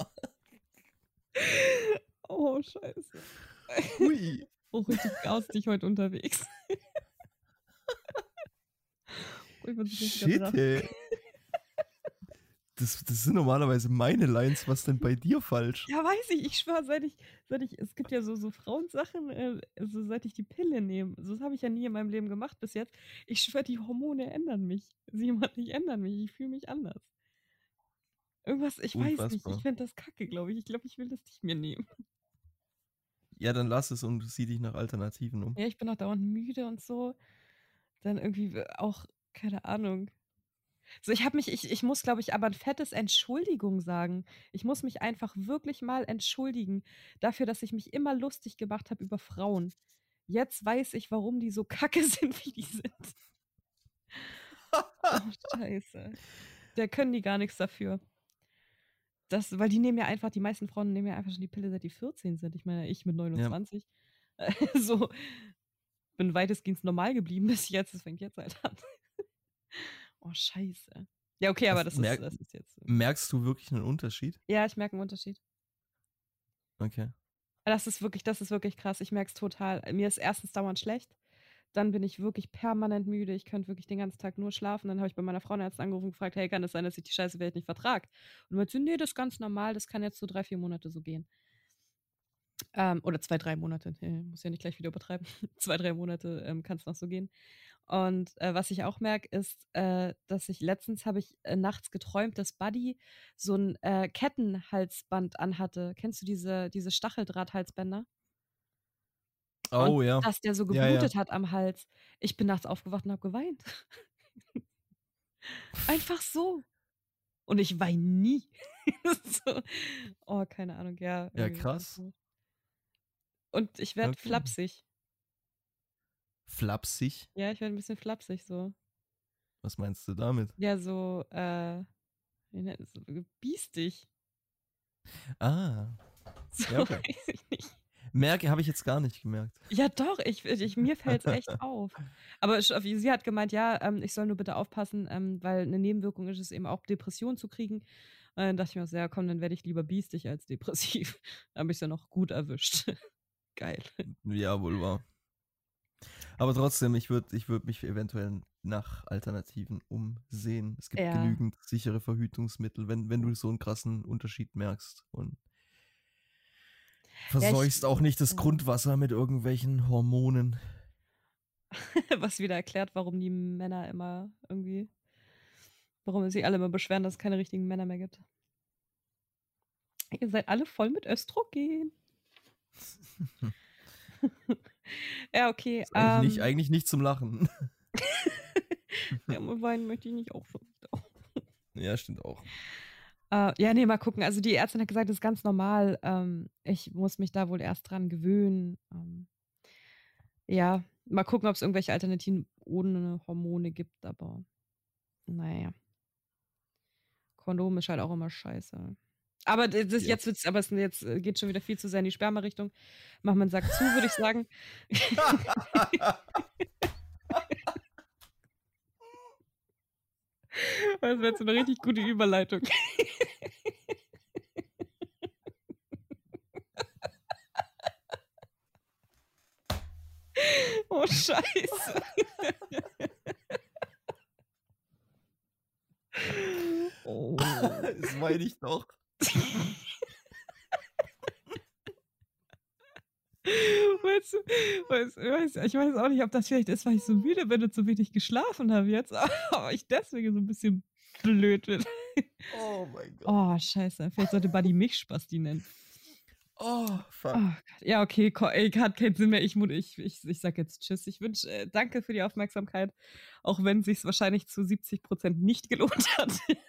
Oh, scheiße. Hui. Oh, richtig garstig heute unterwegs. Oh, ich bin so richtiger Shit, Drache. ey. Das sind normalerweise meine Lines. Was denn bei dir falsch? Ja, weiß ich schwöre, es gibt ja so Frauensachen, also seit ich die Pille nehme, so das habe ich ja nie in meinem Leben gemacht bis jetzt. Ich schwöre, die Hormone ändern mich. Sie ändern mich, ich fühle mich anders. Irgendwas, ich weiß nicht, ich Unfassbar. finde das kacke, glaube ich. Ich glaube, ich will das nicht mehr nehmen. Ja, dann lass es und sieh dich nach Alternativen um. Ja, ich bin auch dauernd müde und so. Dann irgendwie auch, keine Ahnung. So, ich muss, glaube ich, aber ein fettes Entschuldigung sagen. Ich muss mich einfach wirklich mal entschuldigen dafür, dass ich mich immer lustig gemacht habe über Frauen. Jetzt weiß ich, warum die so kacke sind, wie die sind. Oh, scheiße. Da können die gar nichts dafür. Weil die meisten Frauen nehmen ja einfach schon die Pille, seit die 14 sind. Ich meine, ich mit Ja. 29. So, bin weitestgehend normal geblieben bis jetzt. Das fängt jetzt halt an. Oh, scheiße. Ja, okay, aber das ist jetzt. Merkst du wirklich einen Unterschied? Ja, ich merke einen Unterschied. Okay. Das ist wirklich krass. Ich merke es total. Mir ist erstens dauernd schlecht. Dann bin ich wirklich permanent müde. Ich könnte wirklich den ganzen Tag nur schlafen. Dann habe ich bei meiner Frauenärztin angerufen und gefragt, hey, kann es sein, dass ich die Scheiße vielleicht nicht vertrage? Und meinte, nee, das ist ganz normal. Das kann jetzt so 3, 4 Monate so gehen. Oder 2, 3 Monate. Muss ja nicht gleich wieder übertreiben. 2, 3 Monate kann es noch so gehen. Und was ich auch merke, ist, dass letztens habe ich nachts geträumt, dass Buddy so ein Kettenhalsband anhatte. Kennst du diese Stacheldrahthalsbänder? Und Oh ja. dass der so Ja, ja. geblutet hat am Hals. Ich bin nachts aufgewacht und habe geweint. Einfach so. Und ich weine nie. So. Oh, keine Ahnung, ja. Ja, Irgendwie krass. so. Und ich Ja, werde cool. flapsig. Flapsig? Ja, ich werde ein bisschen flapsig so. Was meinst du damit? Ja, so, biestig. Ah. So, Ja, okay. weiß ich nicht. Habe ich jetzt gar nicht gemerkt. Ja, doch, mir fällt es echt auf. Aber sie hat gemeint, ja, ich soll nur bitte aufpassen, weil eine Nebenwirkung ist es eben auch, Depressionen zu kriegen. Und dann dachte ich mir so, ja komm, dann werde ich lieber biestig als depressiv. Da habe ich es ja noch gut erwischt. Geil. Ja, wohl wahr. Aber trotzdem, ich würd mich eventuell nach Alternativen umsehen. Es gibt Ja. genügend sichere Verhütungsmittel, wenn du so einen krassen Unterschied merkst. Und verseuchst auch nicht das Grundwasser mit irgendwelchen Hormonen. Was wieder erklärt, warum die Männer immer irgendwie, warum sich alle immer beschweren, dass es keine richtigen Männer mehr gibt. Ihr seid alle voll mit Östrogen. Ja, okay. Ist eigentlich nicht zum Lachen. Ja, aber weinen möchte ich nicht auch schon. Ja, stimmt auch. Ja, nee, mal gucken. Also die Ärztin hat gesagt, das ist ganz normal. Ich muss mich da wohl erst dran gewöhnen. Ja, mal gucken, ob es irgendwelche Alternativen ohne Hormone gibt, aber naja. Kondom ist halt auch immer scheiße. Aber jetzt geht schon wieder viel zu sehr in die Sperma-Richtung. Mach mal einen Sack zu, würde ich sagen. Das wäre jetzt eine richtig gute Überleitung. Oh, Scheiße. Oh. Das meine ich doch. Weißt du, ich weiß auch nicht, ob das vielleicht ist, weil ich so müde bin und so wenig geschlafen habe jetzt, aber ich deswegen so ein bisschen blöd bin. Oh mein Gott. Oh, scheiße. Vielleicht sollte Buddy mich Spasti nennen. Oh, fuck. Oh Gott. Ja, okay, hat keinen Sinn mehr. Ich sag jetzt Tschüss. Ich wünsche danke für die Aufmerksamkeit, auch wenn es sich wahrscheinlich zu 70% nicht gelohnt hat.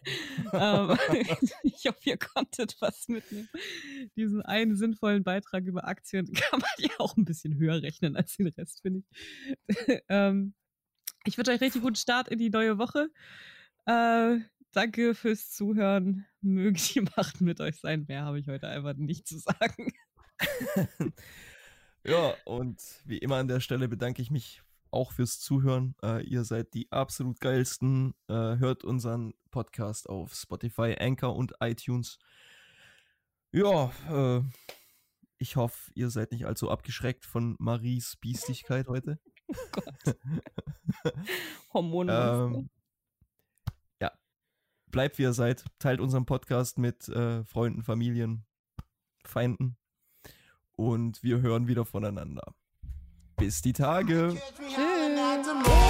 Ich hoffe, ihr konntet was mitnehmen. Diesen einen sinnvollen Beitrag über Aktien kann man ja auch ein bisschen höher rechnen als den Rest, finde ich. Ich wünsche euch richtig guten Start in die neue Woche. Danke fürs Zuhören. Möge die Macht mit euch sein. Mehr habe ich heute einfach nicht zu sagen. Ja, und wie immer an der Stelle bedanke ich mich auch fürs Zuhören. Ihr seid die absolut geilsten. Hört unseren Podcast auf Spotify, Anchor und iTunes. Ja, ich hoffe, ihr seid nicht allzu abgeschreckt von Maries Biestigkeit heute. Oh Gott. Hormonmonster. Ja, bleibt wie ihr seid. Teilt unseren Podcast mit Freunden, Familien, Feinden. Und wir hören wieder voneinander. Bis die Tage. Tschüss.